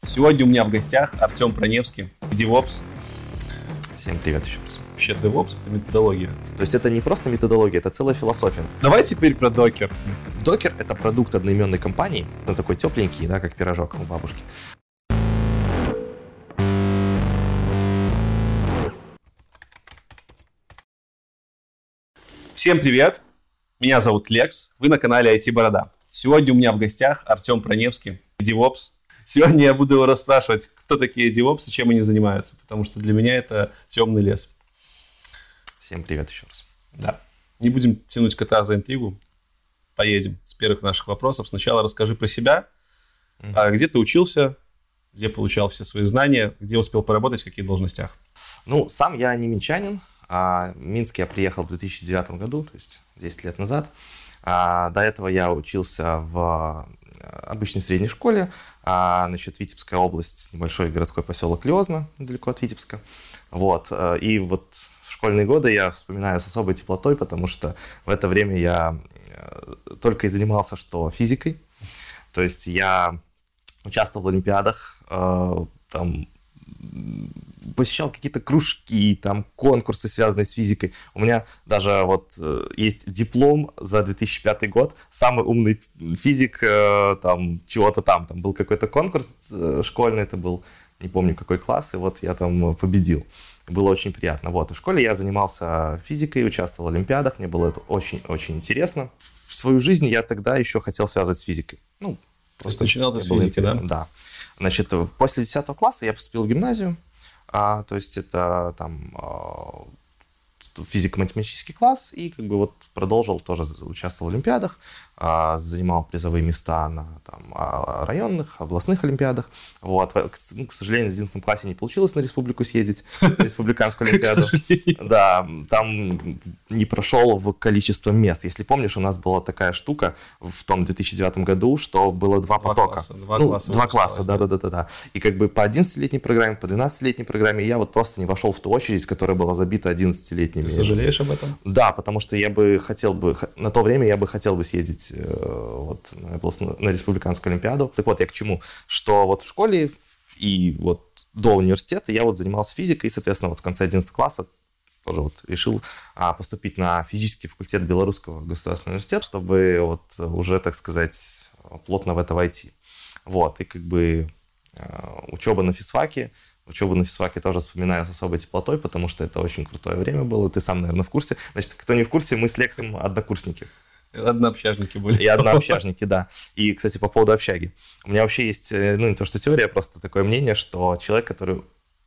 Сегодня у меня в гостях Артем Проневский, DevOps. Всем привет еще раз. Вообще DevOps — это методология. То есть это не просто методология, это целая философия. Давай теперь про Docker. Docker — это продукт одноименной компании, он такой тепленький, да, как пирожок у бабушки. Всем привет, меня зовут Лекс, вы на канале IT Борода. Сегодня у меня в гостях Артем Проневский, DevOps. Сегодня я буду его расспрашивать, кто такие DevOps и чем они занимаются, потому что для меня это темный лес. Всем привет еще раз. Да. Не будем тянуть кота за интригу. Поедем с первых наших вопросов. Сначала расскажи про себя. Где ты учился, где получал все свои знания, где успел поработать, в каких должностях? Ну, сам я не минчанин. В Минск я приехал в 2009 году, то есть 10 лет назад. До этого я учился в обычной средней школе. Значит, Витебская область, небольшой городской поселок Лиозна, недалеко от Витебска. Вот. И вот школьные годы я вспоминаю с особой теплотой, потому что в это время я только и занимался что физикой. То есть я участвовал в олимпиадах, там посещал какие-то кружки, там конкурсы, связанные с физикой. У меня даже вот есть диплом за 2005 год. Самый умный физик там чего-то там. Там был какой-то конкурс школьный, это был, не помню какой класс, и вот я там победил. Было очень приятно. Вот. В школе я занимался физикой, участвовал в олимпиадах, мне было это очень-очень интересно. В свою жизнь я тогда еще хотел связать с физикой. Ну, просто начинал ты с физики, да? Да. Значит, после 10 класса я поступил в гимназию. То есть это там физико-математический класс, и как бы вот продолжил, тоже участвовал в олимпиадах, занимал призовые места на там, районных, областных олимпиадах. Вот. Ну, к сожалению, в 11 классе не получилось на республику съездить, на республиканскую олимпиаду. Да, там не прошел в количество мест. Если помнишь, у нас была такая штука в том 2009 году, что было два потока. Два класса, да. И как бы по 11-летней программе, по 12-летней программе я вот просто не вошел в ту очередь, которая была забита 11-летними. Ты сожалеешь об этом? Да, потому что я бы хотел бы, на то время я бы хотел бы съездить вот, на республиканскую олимпиаду. Так вот, я к чему? Что вот в школе и вот до университета я вот занимался физикой, и, соответственно, вот в конце 11 класса тоже вот решил поступить на физический факультет Белорусского государственного университета, чтобы вот уже, так сказать, плотно в это войти. Вот, и как бы учеба на физфаке тоже вспоминаю с особой теплотой, потому что это очень крутое время было. Ты сам, наверное, в курсе. Значит, кто не в курсе, мы с Лексом однокурсники. Однообщажники были. И однообщажники, да. И, кстати, по поводу общаги. У меня вообще есть, ну, не то что теория, а просто такое мнение, что человек, который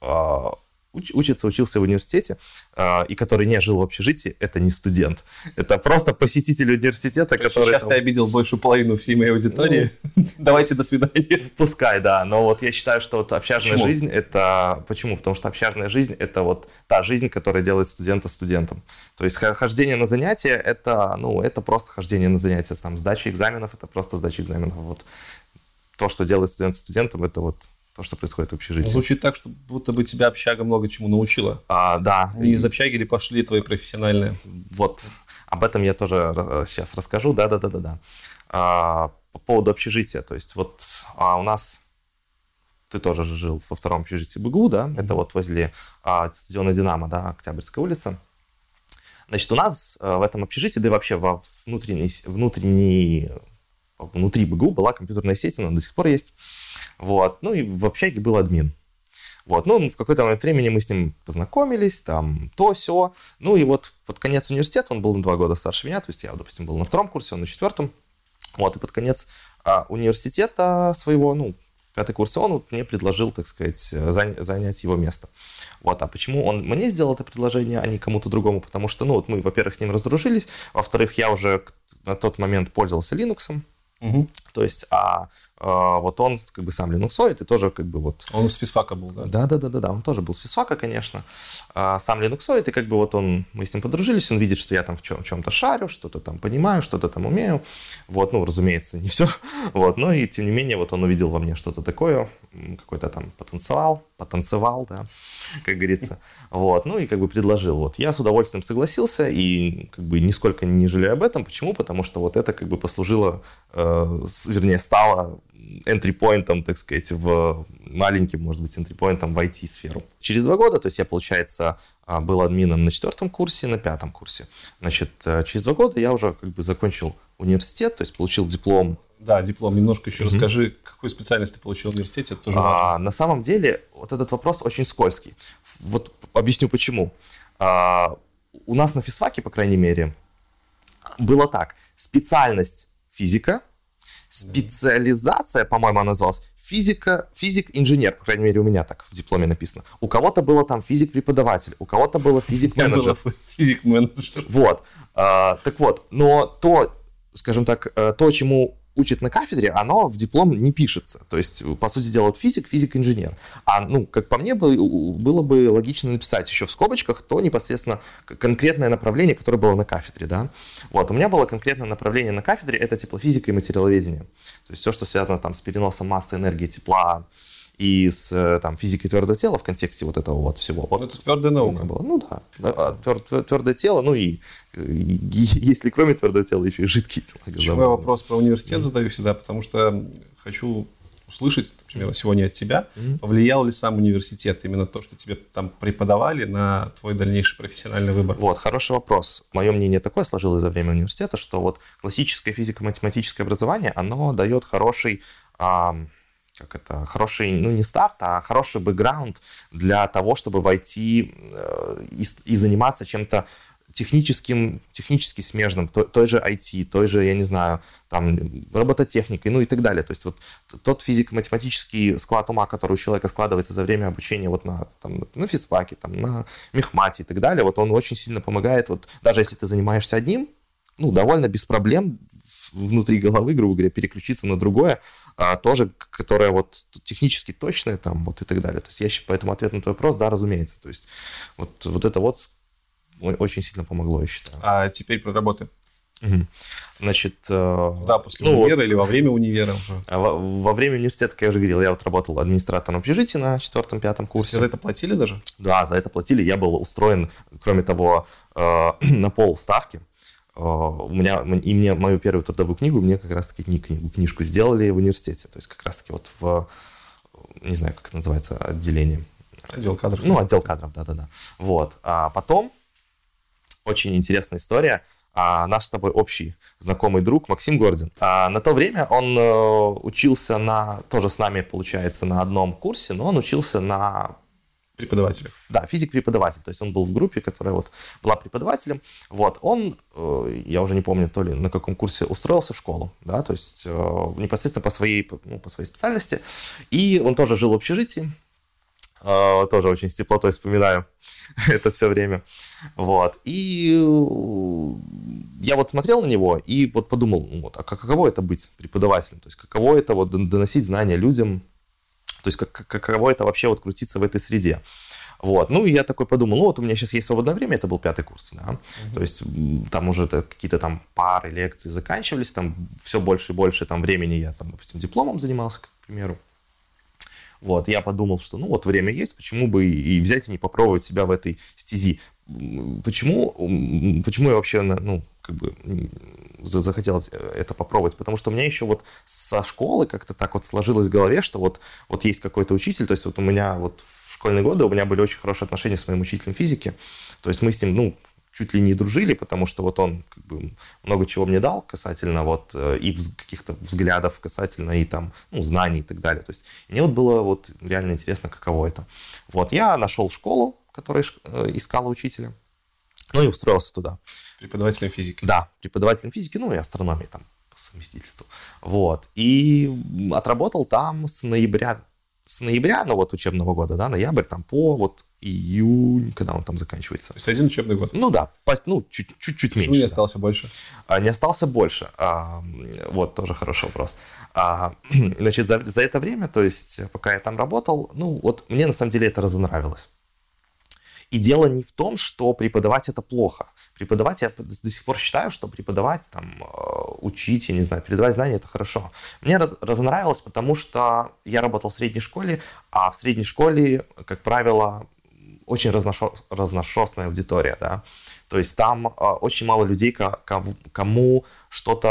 учился в университете, и который не жил в общежитии, это не студент. Это просто посетитель университета, который... Сейчас ты обидел большую половину всей моей аудитории. Давайте, до свидания. Пускай, да. Но вот я считаю, что вот общажная жизнь — это... Почему? Потому что общажная жизнь — это вот та жизнь, которая делает студента студентом. То есть хождение на занятия — это, ну, это просто хождение на занятия. Там, сдача экзаменов — это просто сдача экзаменов. Вот. То, что делает студент студентом, это вот то, что происходит в общежитии. Звучит так, что будто бы тебя общага много чему научила. Да. Не из общаги ли пошли твои профессиональные? Вот, об этом я тоже сейчас расскажу. Да. По поводу общежития. То есть вот у нас... Ты тоже же жил во втором общежитии БГУ, да? Это вот возле стадиона «Динамо», да, Октябрьская улица. Значит, у нас в этом общежитии, да и вообще внутри БГУ была компьютерная сеть, она до сих пор есть. Вот. Ну и в общаге был админ. Вот. Ну, в какой-то момент времени мы с ним познакомились, там, то-сё. Ну и вот под конец университета, он был на 2 года старше меня, то есть я, допустим, был на 2 курсе, он на 4. Вот, и под конец университета своего, ну, 5 курс, он вот мне предложил, так сказать, занять его место. Вот, а почему он мне сделал это предложение, а не кому-то другому? Потому что, ну, вот мы, во-первых, с ним раздружились, во-вторых, я уже на тот момент пользовался Linux. То есть, вот он как бы сам линуксоид и тоже как бы вот... Он с физфака был, да? Да, он тоже был с физфака, конечно. Сам линуксоид, и как бы вот мы с ним подружились, он видит, что я там в чем-то шарю, что-то там понимаю, что-то там умею. Вот, ну, разумеется, не все. Вот, но и тем не менее, вот он увидел во мне что-то такое, какой-то там потанцевал, да, как говорится. Вот, ну и как бы предложил. Вот. Я с удовольствием согласился и как бы нисколько не жалею об этом. Почему? Потому что вот это как бы послужило, стало entry-point, так сказать, в маленьким, может быть, энтрипоинтом в IT-сферу. Через 2 года, то есть я, получается, был админом на 4-м курсе, на 5-м курсе. Значит, через 2 года я уже как бы закончил университет, то есть получил диплом. Да, диплом. Немножко еще расскажи, какую специальность ты получил в университете, это тоже важно. На самом деле, вот этот вопрос очень скользкий. Вот объясню почему. У нас на физфаке, по крайней мере, было так. Специальность физика, специализация, по-моему, она называлась, физик-инженер, по крайней мере, у меня так в дипломе написано. У кого-то было там физик-преподаватель, у кого-то было физик-менеджер. Физик-менеджер. Вот. Так вот, но то, скажем так, то, чему учат на кафедре, оно в диплом не пишется. То есть, по сути дела, вот физик-инженер. Как по мне, было бы логично написать еще в скобочках то непосредственно конкретное направление, которое было на кафедре. Да? Вот, у меня было конкретное направление на кафедре, это теплофизика и материаловедение. То есть все, что связано там, с переносом массы, энергии, тепла и с там, физикой твердого тела в контексте вот этого вот всего. Вот, это твердая наука. Было. Ну да, твердое тело, ну и если кроме твердого тела еще и жидкие тела. Почему я вопрос про университет задаю всегда? Потому что хочу услышать, например, сегодня от тебя, повлиял ли сам университет, именно то, что тебе там преподавали, на твой дальнейший профессиональный выбор? Вот, хороший вопрос. Мое мнение такое сложилось за время университета, что вот классическое физико-математическое образование, оно дает хороший... хороший, ну не старт, а хороший бэкграунд для того, чтобы войти и заниматься чем-то технически смежным, той же IT, той же, я не знаю, там, робототехникой, ну и так далее. То есть вот тот физико-математический склад ума, который у человека складывается за время обучения вот на физфаке, там, на мехмате и так далее, вот он очень сильно помогает, вот даже если ты занимаешься одним, ну, довольно без проблем внутри головы, грубо говоря, переключиться на другое, тоже, которое вот технически точное там, вот и так далее. То есть я считаю, поэтому ответ на твой вопрос, да, разумеется. То есть вот это вот очень сильно помогло, я считаю. А теперь про работы. Значит... Да, после универа или во время универа уже? Во время университета, как я уже говорил, я вот работал администратором общежития на 4-5 курсе. Тебе за это платили даже? Да, за это платили. Я был устроен, кроме того, на полставки. Мне мою первую трудовую книгу, мне как раз-таки книжку сделали в университете. То есть как раз-таки вот не знаю, как это называется, отделение. Отдел кадров. Ну, отдел кадров, да-да-да. Вот. А потом, очень интересная история, наш с тобой общий знакомый друг Максим Гордин. На то время он учился тоже с нами, получается, на одном курсе, но он учился на... Преподаватель. Да, физик-преподаватель. То есть он был в группе, которая вот была преподавателем. Вот, он, я уже не помню, то ли на каком курсе устроился в школу, да, то есть непосредственно по своей специальности. И он тоже жил в общежитии. Тоже очень с теплотой вспоминаю это все время. Вот. И я вот смотрел на него и вот подумал, вот, а каково это быть преподавателем? То есть каково это вот доносить знания людям? То есть каково это вообще вот крутиться в этой среде? Вот. Ну, и я такой подумал, ну, вот у меня сейчас есть свободное время, это был 5-й курс, да, то есть там уже какие-то там пары, лекции заканчивались, там все больше и больше там времени я там, допустим, дипломом занимался, к примеру. Вот, я подумал, что, ну, вот время есть, почему бы и взять и не попробовать себя в этой стези. Почему я вообще, ну, как бы захотел это попробовать? Потому что у меня еще вот со школы как-то так вот сложилось в голове, что вот есть какой-то учитель, то есть вот у меня вот в школьные годы у меня были очень хорошие отношения с моим учителем физики, то есть мы с ним, ну, чуть ли не дружили, потому что вот он как бы много чего мне дал касательно вот и каких-то взглядов касательно и там, ну, знаний и так далее. То есть мне вот было вот реально интересно, каково это. Вот я нашел школу, которая искала учителя, ну и устроился туда. Преподавателем физики. Да, преподавателем физики, ну и астрономии там по совместительству. Вот. И отработал там с ноября, ну вот учебного года, да, ноябрь там по вот июнь, когда он там заканчивается. То есть один учебный год? Ну да, чуть-чуть меньше. Ну, не остался больше? Не остался больше. Вот, тоже хороший вопрос. Значит, за это время, то есть пока я там работал, ну вот мне на самом деле это разонравилось. И дело не в том, что преподавать это плохо. Преподавать, я до сих пор считаю, что преподавать, там, учить, я не знаю, передавать знания – это хорошо. Мне разонравилось, потому что я работал в средней школе, а в средней школе, как правило, очень разношерстная аудитория, да. То есть там очень мало людей, кому что-то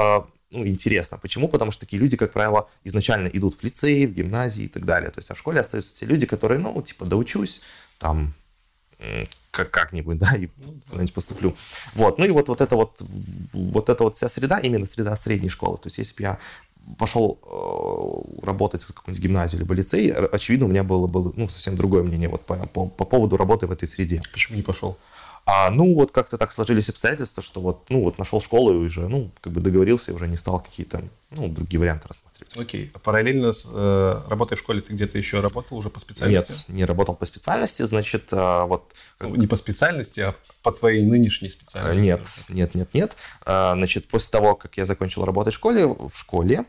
интересно. Почему? Потому что такие люди, как правило, изначально идут в лицей, в гимназии и так далее. То есть, а в школе остаются те люди, которые, доучусь, там, как-нибудь, да, и куда-нибудь поступлю. Вот, ну и вот эта вот вся среда, именно среда средней школы. То есть, если бы я пошел работать в какую-нибудь гимназию либо лицей, очевидно, у меня было совсем другое мнение вот по поводу работы в этой среде. Почему не пошел? Как-то так сложились обстоятельства, что нашел школу и уже, договорился и уже не стал какие-то, другие варианты рассматривать. Окей. А параллельно с работой в школе ты где-то еще работал уже по специальности? Нет, не работал по специальности, значит, не по специальности, а по твоей нынешней специальности? Нет. Значит, после того, как я закончил работать в школе,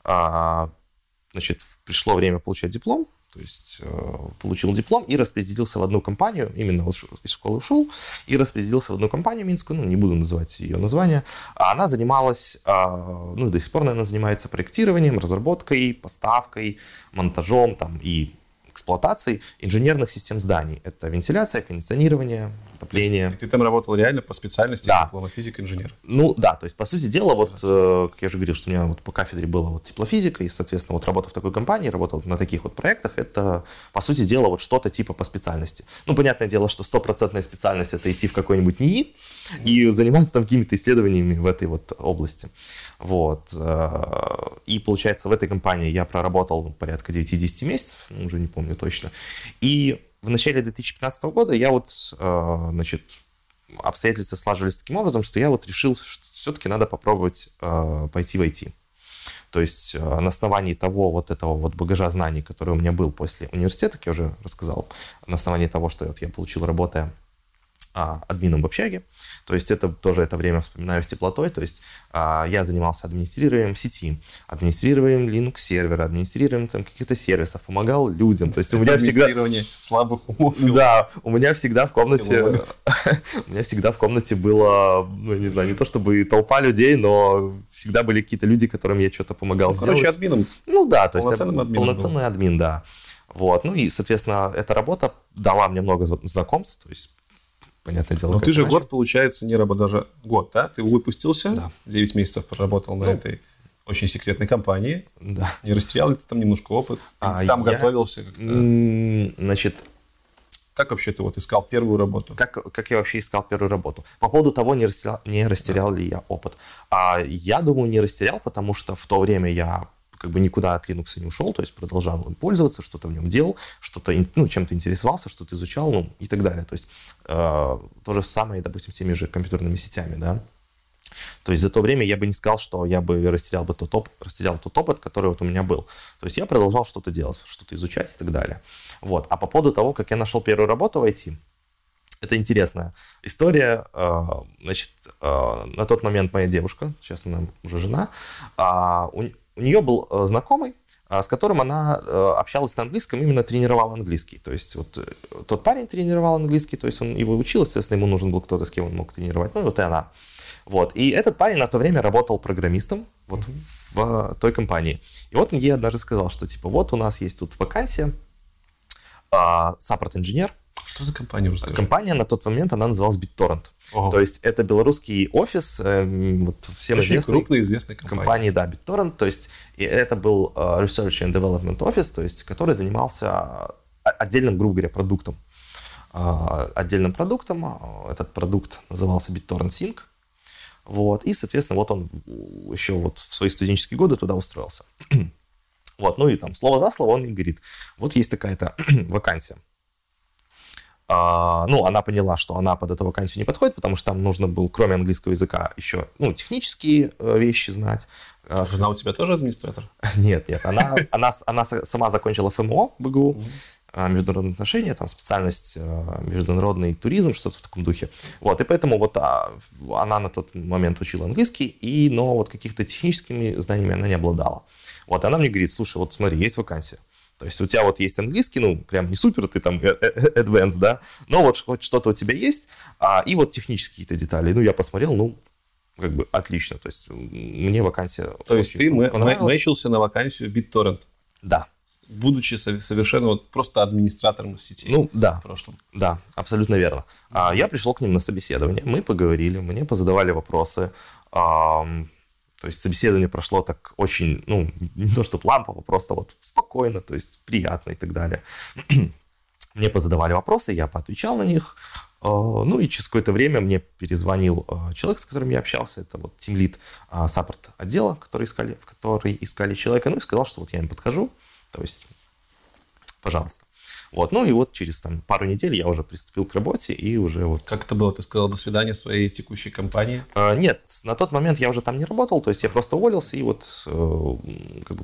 значит, пришло время получать диплом. То есть получил диплом и распределился в одну компанию, именно вот из школы ушел, и распределился в одну компанию минскую, не буду называть ее название, а она занималась, до сих пор, наверное, занимается проектированием, разработкой, поставкой, монтажом там, и эксплуатацией инженерных систем зданий. Это вентиляция, кондиционирование, отопление. И ты там работал реально по специальности, да. Диплома физик-инженер? Да, то есть, по сути дела, как я же говорил, что у меня по кафедре была теплофизика, и, соответственно, работа в такой компании, работал на таких проектах, это, по сути дела, что-то типа по специальности. Понятное дело, что 100% специальность — это идти в какой-нибудь НИИ и заниматься там какими-то исследованиями в этой области. Вот. И, получается, в этой компании я проработал порядка 9-10 месяцев, уже не помню точно. И в начале 2015 года я обстоятельства слаживались таким образом, что я решил, что все-таки надо попробовать пойти в IT. То есть на основании того этого багажа знаний, который у меня был после университета, как я уже рассказал, на основании того, что я получил, работая админом в общаге. То есть это время вспоминаю с теплотой. То есть я занимался администрированием сети, администрированием Linux-сервера, администрированием каких-то сервисов, помогал людям. То есть у меня всегда... Администрирование слабых умов. Да, у меня всегда в комнате было, не то чтобы толпа людей, но всегда были какие-то люди, которым я что-то помогал сделать. Короче, админом. Да, то есть полноценный админ, да. Вот, и, соответственно, эта работа дала мне много знакомств, то есть понятное дело. Но ты же год, получается, не работал, даже год, да? Ты выпустился, да. 9 месяцев проработал на этой очень секретной компании. Да. Не растерял ли ты там немножко опыт? Ты там готовился как-то? Значит... Как вообще ты искал первую работу? Как я вообще искал первую работу? По поводу того, не растерял ли я опыт. Я думаю, не растерял, потому что в то время я никуда от Linux не ушел, то есть продолжал им пользоваться, что-то в нем делал, что-то, чем-то интересовался, что-то изучал, и так далее. То есть то же самое, допустим, с теми же компьютерными сетями, да. То есть за то время я бы не сказал, что я бы растерял тот опыт, который у меня был. То есть я продолжал что-то делать, что-то изучать и так далее. Вот. А по поводу того, как я нашел первую работу в IT, это интересная история. Значит, на тот момент моя девушка, сейчас она уже жена, у нее был знакомый, с которым она общалась на английском, именно тренировала английский. То есть тот парень тренировал английский, то есть он его учил, естественно, ему нужен был кто-то, с кем он мог тренировать, и она. Вот. И этот парень на то время работал программистом в той компании. И он ей однажды сказал, что у нас есть тут вакансия, саппорт-инженер. Что за компания? Компания на тот момент, она называлась BitTorrent. Ого. То есть это белорусский офис, всем известный. Крупная известная компания. Да, BitTorrent. То есть это был Research and Development Office, то есть который занимался отдельным, грубо говоря, продуктом. Отдельным продуктом. Этот продукт назывался BitTorrent Sync. Вот. И, соответственно, он еще в свои студенческие годы туда устроился. И там слово за слово он мне говорит, есть такая-то вакансия. Она поняла, что она под эту вакансию не подходит, потому что там нужно было, кроме английского языка, еще технические вещи знать. Жена у тебя тоже администратор? Нет. Она сама закончила ФМО БГУ, международные отношения, там специальность международный туризм, что-то в таком духе. И поэтому она на тот момент учила английский, но каких-то техническими знаниями она не обладала. Она мне говорит, слушай, смотри, есть вакансия. То есть у тебя есть английский, прям не супер, ты там advanced, да, но хоть что-то у тебя есть, и технические какие-то детали. Я посмотрел, отлично, то есть мне вакансия То есть ты мэчился на вакансию BitTorrent? Да. Будучи совершенно просто администратором сети да, в прошлом? Да, абсолютно верно. Я пришел к ним на собеседование, мы поговорили, мне позадавали вопросы, то То есть собеседование прошло так очень, ну, не то что лампово, просто вот спокойно, то есть приятно и так далее. Мне позадавали вопросы, я поотвечал на них. Ну и через какое-то время мне перезвонил человек, с которым я общался, это вот тимлид саппорт отдела, в который искали человека, ну и сказал, что вот я им подхожу, то есть, пожалуйста. Вот, ну и вот через там пару недель я уже приступил к работе и уже вот... Как это было? Ты сказал до свидания своей текущей компании? Нет, на тот момент я уже там не работал, то есть я просто уволился и вот как бы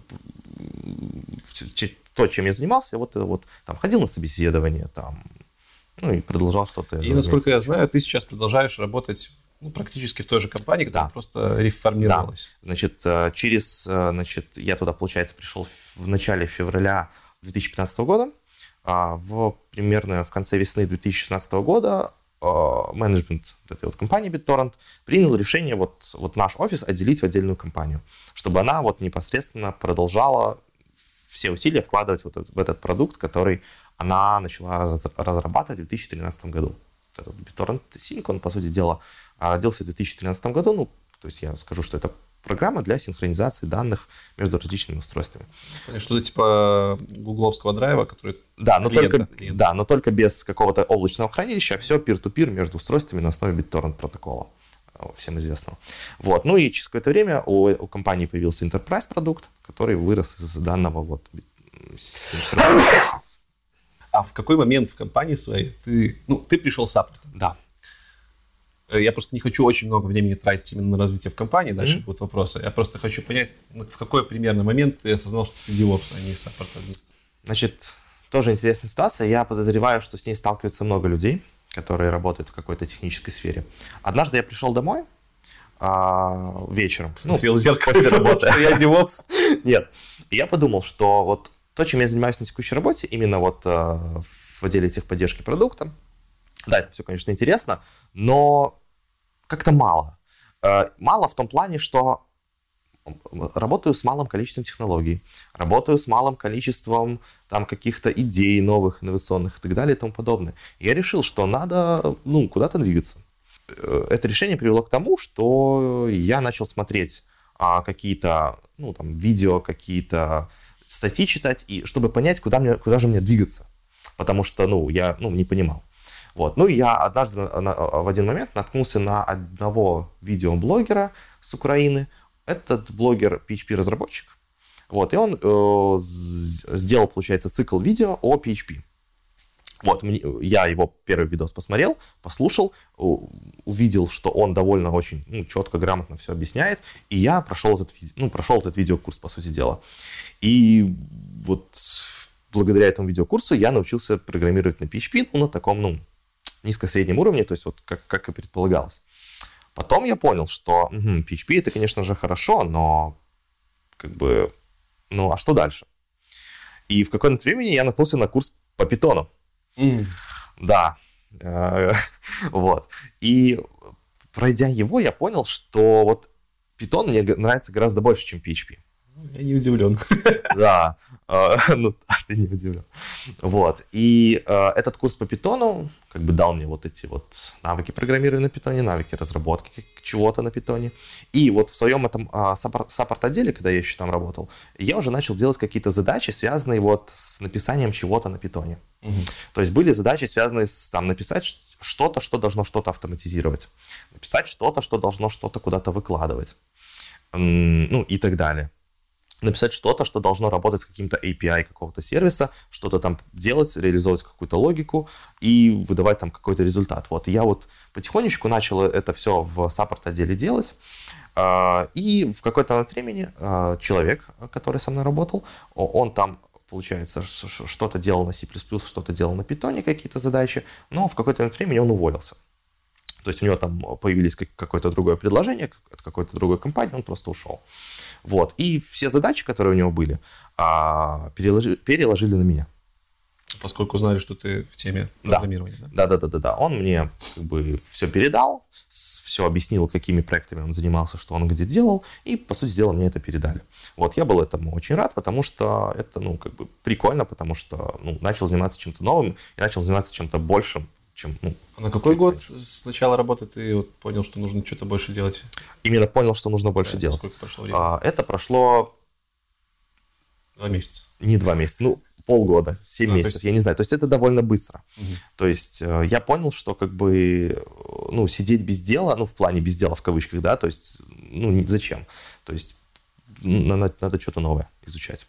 то, чем я занимался, вот там ходил на собеседование, там, ну и продолжал что-то. И насколько я знаю, ты сейчас продолжаешь работать практически в той же компании, которая просто реформировалась. Да. Значит, я туда, получается, пришел в начале февраля 2015 года. Примерно в конце весны 2016 года менеджмент этой вот компании BitTorrent принял решение вот наш офис отделить в отдельную компанию, чтобы она вот непосредственно продолжала все усилия вкладывать вот в этот продукт, который она начала разрабатывать в 2013 году. Этот BitTorrent Sync, он, по сути дела, родился в 2013 году. Ну, то есть я скажу, что это программа для синхронизации данных между различными устройствами. Что-то типа гугловского драйва, который но только без какого-то облачного хранилища, а все peer-to-peer между устройствами на основе BitTorrent протокола, всем известного. Вот. Ну и через какое-то время у компании появился Enterprise продукт, который вырос из данного вот... А в какой момент в компании своей ты пришел с саппортом? Да. Я просто не хочу очень много времени тратить именно на развитие в компании, дальше будут вопросы. Я просто хочу понять, в какой примерно момент ты осознал, что ты DevOps, а не саппорт-администратор. Значит, тоже интересная ситуация. Я подозреваю, что с ней сталкиваются много людей, которые работают в какой-то технической сфере. Однажды я пришел домой вечером. Смотрел в зеркало после работы. Что я DevOps? Нет. И я подумал, что вот то, чем я занимаюсь на текущей работе, именно вот в отделе техподдержки продукта, да, это все, конечно, интересно, но как-то мало. Мало в том плане, что работаю с малым количеством технологий, работаю с малым количеством там каких-то идей новых, инновационных и так далее и тому подобное. И я решил, что надо, куда-то двигаться. Это решение привело к тому, что я начал смотреть какие-то, видео, какие-то статьи читать, и чтобы понять, куда же мне двигаться. Потому что, я, не понимал. Вот. Ну и я однажды в один момент наткнулся на одного видеоблогера с Украины. Этот блогер PHP-разработчик. Вот. И он сделал, получается, цикл видео о PHP. Вот. Я его первый видос посмотрел, послушал, увидел, что он довольно очень четко, грамотно все объясняет. И я прошел этот видеокурс, по сути дела. И вот благодаря этому видеокурсу я научился программировать на PHP, на таком, низко-среднем уровне, то есть вот как и предполагалось. Потом я понял, что PHP это, конечно же, хорошо, но а что дальше? И в какое-то времени я наткнулся на курс по питону. Да. Вот. И пройдя его, я понял, что вот питон мне нравится гораздо больше, чем PHP. Я не удивлен. Да, ты не удивлен. Вот. И этот курс по питону дал мне вот эти вот навыки программирования на питоне, навыки разработки чего-то на питоне. И вот в своем этом саппорт-отделе, когда я еще там работал, я уже начал делать какие-то задачи, связанные вот с написанием чего-то на питоне. То есть были задачи, связанные с написать что-то, что должно что-то автоматизировать. Написать что-то, что должно что-то куда-то выкладывать. И так далее. Написать что-то, что должно работать с каким-то API какого-то сервиса, что-то там делать, реализовывать какую-то логику и выдавать там какой-то результат. Вот. И я вот потихонечку начал это все в саппорт-отделе делать. И в какой-то момент времени человек, который со мной работал, он там, получается, что-то делал на C++, что-то делал на Python, какие-то задачи, но в какой-то момент времени он уволился. То есть у него там появились какое-то другое предложение от какой-то другой компании, он просто ушел. Вот. И все задачи, которые у него были, переложили на меня. Поскольку знали, что ты в теме программирования. Да. Он мне все передал, все объяснил, какими проектами он занимался, что он где делал, и, по сути дела, мне это передали. Вот. Я был этому очень рад, потому что это, прикольно, потому что, начал заниматься чем-то новым и начал заниматься чем-то большим, чем... А на какой год с начала работы ты вот понял, что нужно что-то больше делать? Именно понял, что нужно больше делать. Сколько прошло времени? Это прошло... 2 месяца. Не 2 месяца, полгода, 7 месяцев, есть... я не знаю. То есть это довольно быстро. Угу. То есть я понял, что как бы, сидеть без дела, в плане без дела в кавычках, да, то есть, зачем? То есть надо что-то новое изучать.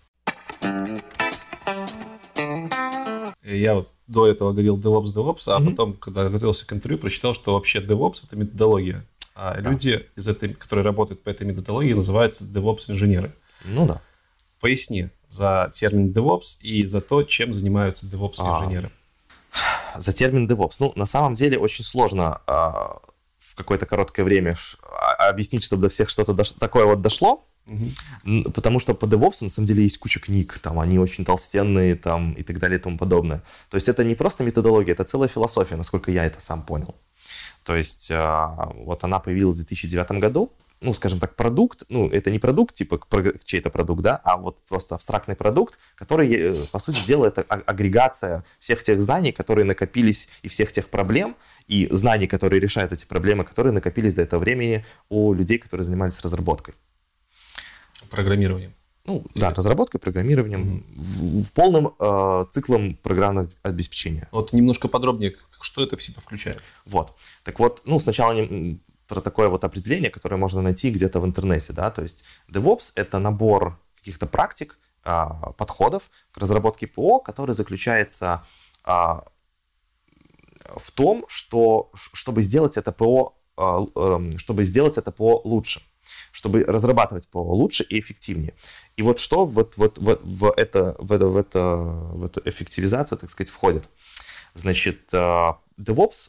Я вот до этого говорил DevOps, а потом, когда готовился к интервью, прочитал, что вообще DevOps — это методология. А люди, которые работают по этой методологии, называются DevOps-инженеры. Ну да. Поясни за термин DevOps и за то, чем занимаются DevOps-инженеры. За термин DevOps. На самом деле очень сложно в какое-то короткое время объяснить, чтобы до всех что-то такое вот дошло. Потому что по DevOps на самом деле есть куча книг, там они очень толстенные там, и так далее и тому подобное. То есть это не просто методология, это целая философия, насколько я это сам понял. То есть вот она появилась в 2009 году. Скажем так, продукт, это не продукт, типа чей-то продукт, да, а вот просто абстрактный продукт, который, по сути дела, это агрегация всех тех знаний, которые накопились, и всех тех проблем, и знаний, которые решают эти проблемы, которые накопились до этого времени у людей, которые занимались разработкой. Программированием. Да, разработкой, программированием, в полным циклом программного обеспечения. Вот немножко подробнее, что это в себя включает. Вот. Так вот, сначала про такое вот определение, которое можно найти где-то в интернете, да, то есть DevOps — это набор каких-то практик, подходов к разработке ПО, который заключается в том, чтобы сделать это ПО лучше, чтобы разрабатывать ПО лучше и эффективнее. И вот что в эту эффективизацию, так сказать, входит. Значит, DevOps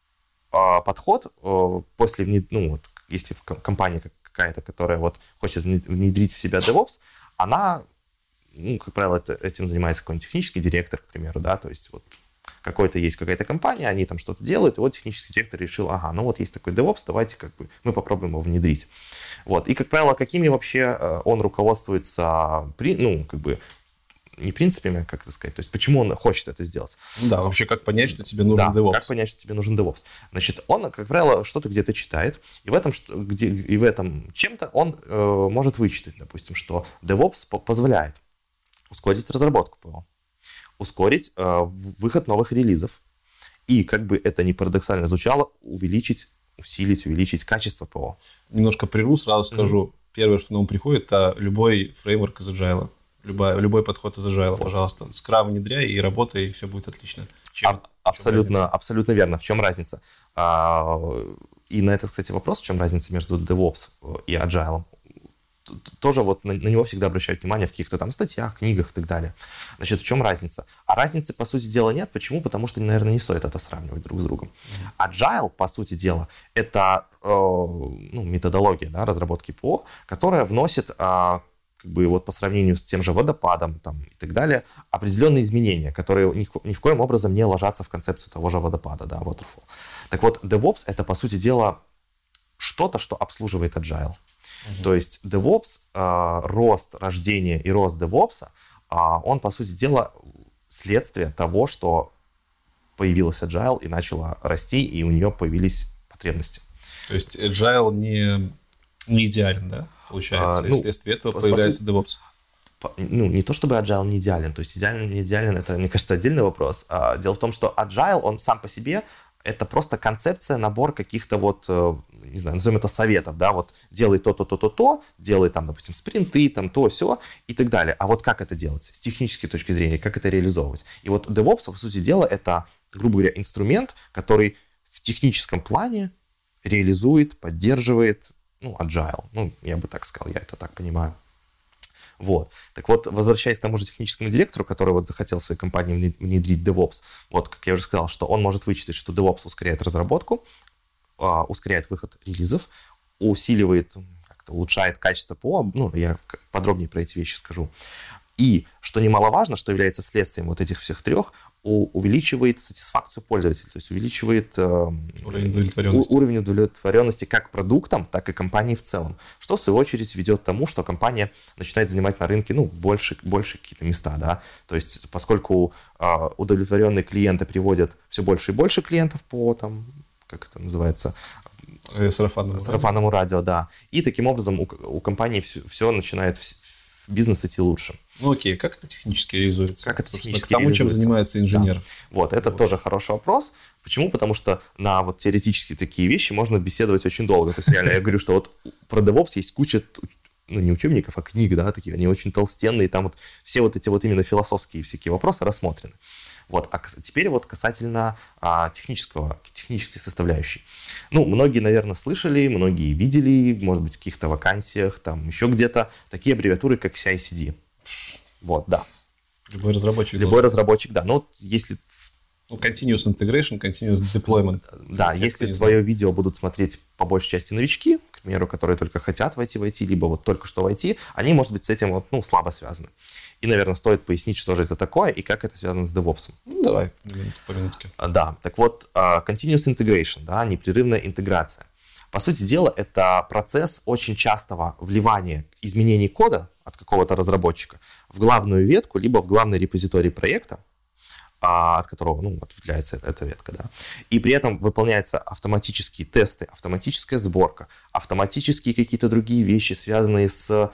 подход после, если компания какая-то, которая вот хочет внедрить в себя DevOps, она, как правило, этим занимается какой-нибудь технический директор, к примеру, да, то есть вот есть какая-то компания, они там что-то делают, и вот технический директор решил, есть такой DevOps, давайте мы попробуем его внедрить. Вот, и, как правило, какими вообще он руководствуется, не принципами, как это сказать, то есть почему он хочет это сделать. Да, вообще как понять, что тебе нужен DevOps. Как понять, что тебе нужен DevOps. Значит, он, как правило, что-то где-то читает, и в этом чем-то он может вычитать, допустим, что DevOps позволяет ускорить разработку ПО, ускорить выход новых релизов, и, как бы это ни парадоксально звучало, увеличить качество ПО. Немножко прерву, сразу скажу. Первое, что на ум приходит, это любой фреймворк из Agile. Любой подход из Agile, пожалуйста. Scrum внедряй и работай, и все будет отлично. Абсолютно верно. В чем разница? И на этот, кстати, вопрос, в чем разница между DevOps и Agile, тоже вот на него всегда обращают внимание в каких-то там статьях, книгах и так далее. Значит, в чем разница? А разницы, по сути дела, нет. Почему? Потому что, наверное, не стоит это сравнивать друг с другом. Agile, по сути дела, это методология, да, разработки ПО, которая вносит по сравнению с тем же водопадом там, и так далее, определенные изменения, которые ни в коем образом не ложатся в концепцию того же водопада, да, waterfall. Так вот, DevOps — это, по сути дела, что-то, что обслуживает Agile. То есть DevOps, рождение и рост DevOps, он, по сути дела, следствие того, что появилась Agile и начала расти, и у нее появились потребности. То есть Agile не идеален, да? Получается, и вследствие этого появляется DevOps. Не то чтобы Agile не идеален, то есть идеален, не идеален, это, мне кажется, отдельный вопрос. Дело в том, что Agile, он сам по себе, это просто концепция, набор каких-то не знаю, назовем это советов, да, вот делай то, делай там, допустим, спринты, там то, сё и так далее. А вот как это делать с технической точки зрения, как это реализовывать? И вот DevOps, по сути дела, это, грубо говоря, инструмент, который в техническом плане реализует, поддерживает, Agile. Я бы так сказал, я это так понимаю. Вот. Так вот, возвращаясь к тому же техническому директору, который вот захотел в своей компании внедрить DevOps, вот, как я уже сказал, что он может вычислить, что DevOps ускоряет разработку, ускоряет выход релизов, усиливает, как-то улучшает качество ПО, я подробнее про эти вещи скажу. И, что немаловажно, что является следствием вот этих всех трех, увеличивает сатисфакцию пользователя, то есть увеличивает уровень удовлетворенности как продуктом, так и компании в целом, что в свою очередь ведет к тому, что компания начинает занимать на рынке больше какие-то места, да, то есть поскольку удовлетворенные клиенты приводят все больше и больше клиентов по как это называется, сарафанному радио, да, и таким образом у компании все начинает бизнес идти лучше. Ну окей, как это технически реализуется? Как это технически к тому, чем занимается инженер. Да. Вот, это тоже хороший вопрос. Почему? Потому что на вот теоретические такие вещи можно беседовать очень долго. То есть реально я говорю, что вот про DevOps есть куча, ну не учебников, а книг, да, такие, они очень толстенные, там вот все вот эти вот именно философские всякие вопросы рассмотрены. Вот, а теперь вот касательно технической составляющей. Ну, многие, наверное, слышали, многие видели, может быть, в каких-то вакансиях, там еще где-то, такие аббревиатуры, как CI/CD. Вот, да. Любой разработчик, да. Но вот если... Continuous Integration, Continuous Deployment. Да, если твое видео будут смотреть по большей части новички, к примеру, которые только хотят войти в IT, либо вот только что в IT, они, может быть, с этим вот, слабо связаны. И, наверное, стоит пояснить, что же это такое и как это связано с DevOps. Ну, давай, по минутке. Да, так вот, Continuous Integration, да, непрерывная интеграция. По сути дела, это процесс очень частого вливания изменений кода от какого-то разработчика в главную ветку, либо в главный репозиторий проекта, от которого ответвляется эта ветка. Да. И при этом выполняются автоматические тесты, автоматическая сборка, автоматические какие-то другие вещи, связанные с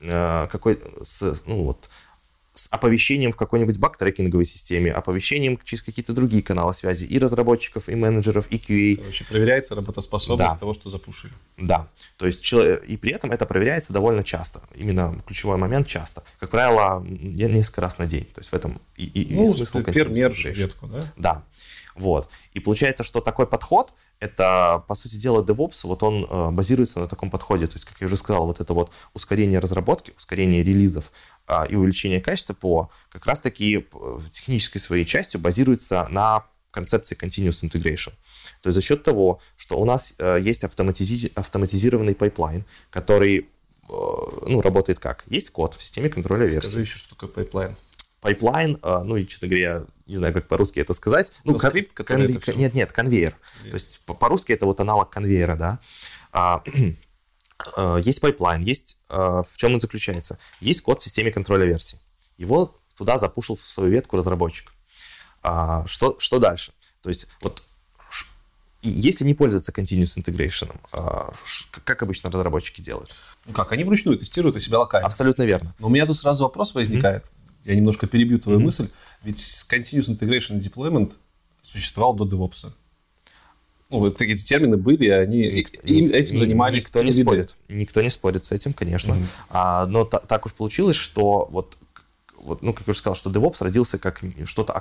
с оповещением в какой-нибудь баг-трекинговой системе, оповещением через какие-то другие каналы связи и разработчиков, и менеджеров, и QA. Короче, проверяется работоспособность того, что запушили. Да, то есть и при этом это проверяется довольно часто. Именно ключевой момент часто. Как правило, несколько раз на день. То есть в этом и смысл мерж ветку, да? Да, вот. И получается, что такой подход, это, по сути дела, DevOps, вот он базируется на таком подходе. То есть, как я уже сказал, вот это вот ускорение разработки, ускорение релизов, и увеличение качества ПО как раз-таки технической своей частью базируется на концепции Continuous Integration. То есть за счет того, что у нас есть автоматизированный пайплайн, который работает как? Есть код в системе контроля версий. Скажи еще, что такое пайплайн. Пайплайн, и, честно говоря, я не знаю, как по-русски это сказать. Скрипт, который это все... Нет, конвейер. То есть по-русски это вот аналог конвейера, да. Есть пайплайн, есть в чем он заключается. Есть код в системе контроля версий. Его туда запушил в свою ветку разработчик. Что дальше? То есть вот если не пользоваться Continuous Integration, как обычно разработчики делают? Как? Они вручную тестируют у себя локально. Абсолютно верно. Но у меня тут сразу вопрос возникает. Я немножко перебью твою мысль. Ведь Continuous Integration Deployment существовал до DevOps. Вот эти термины были, этим занимались. Никто не спорит с этим, конечно. Но так уж получилось, что как я уже сказал, что DevOps родился как что-то,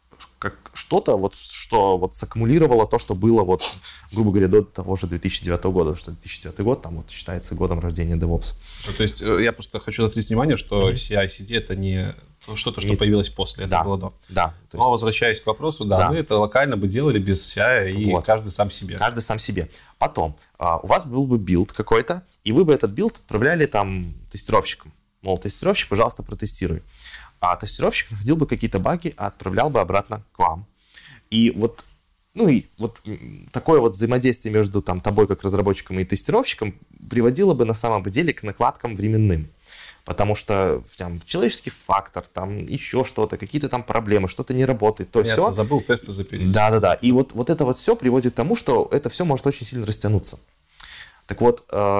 что саккумулировало то, что было, грубо говоря, до того же 2009 года, что 2009 год там считается годом рождения DevOps. То есть я просто хочу заострить внимание, что CI/CD это не что-то, что появилось после, это было до. Да. Но возвращаясь к вопросу, мы это локально бы делали без CI, и каждый сам себе. Каждый сам себе. Потом у вас был бы билд какой-то, и вы бы этот билд отправляли там тестировщикам. Мол, тестировщик, пожалуйста, протестируй. А тестировщик находил бы какие-то баги, отправлял бы обратно к вам. И такое взаимодействие между тобой как разработчиком и тестировщиком приводило бы на самом деле к накладкам временным. Потому что человеческий фактор, еще что-то, какие-то проблемы, что-то не работает, то все. Забыл тесты запилить. Да. И вот это все приводит к тому, что это все может очень сильно растянуться. Так вот,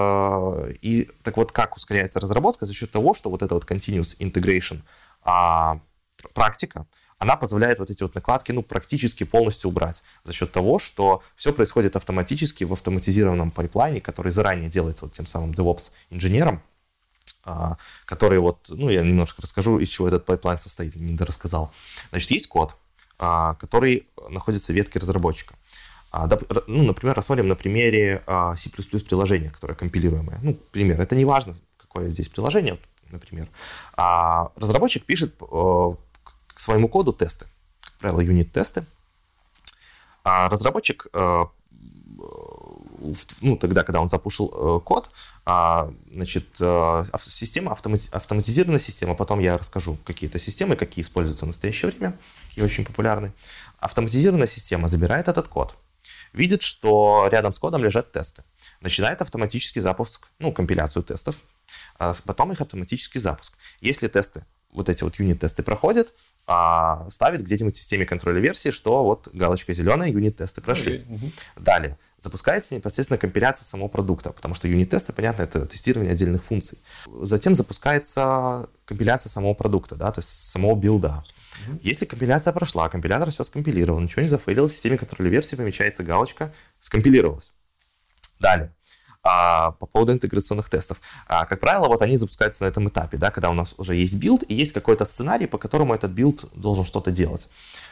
как ускоряется разработка? За счет того, что эта Continuous Integration практика, она позволяет эти накладки практически полностью убрать. За счет того, что все происходит автоматически в автоматизированном пайплайне, который заранее делается тем самым DevOps-инженером, который я немножко расскажу, из чего этот пайплайн состоит, не дорассказал. Значит, есть код, который находится в ветке разработчика. Например, рассмотрим на примере C++ приложения, которое компилируемое. Пример. Это не важно, какое здесь приложение, например. Разработчик пишет к своему коду тесты, как правило, юнит-тесты. Разработчик тогда, когда он запушил код, значит, система, автоматизированная система, потом я расскажу какие-то системы, какие используются в настоящее время, какие очень популярны. Автоматизированная система забирает этот код, видит, что рядом с кодом лежат тесты, начинает автоматический запуск, компиляцию тестов, потом их автоматический запуск. Если тесты, вот эти вот юнит-тесты проходят, ставит где-нибудь в системе контроля версии, что вот галочка зеленая, юнит-тесты прошли. Далее запускается непосредственно компиляция самого продукта, потому что юнит-тесты, понятно, это тестирование отдельных функций. Затем запускается компиляция самого продукта, да, то есть самого билда. Если компиляция прошла, компилятор все скомпилировал, ничего не зафейлилось, в системе контроля версии помечается галочка «Скомпилировалось». Далее. По поводу интеграционных тестов. Как правило, вот они запускаются на этом этапе, да, когда у нас уже есть билд и есть какой-то сценарий, по которому этот билд должен что-то делать.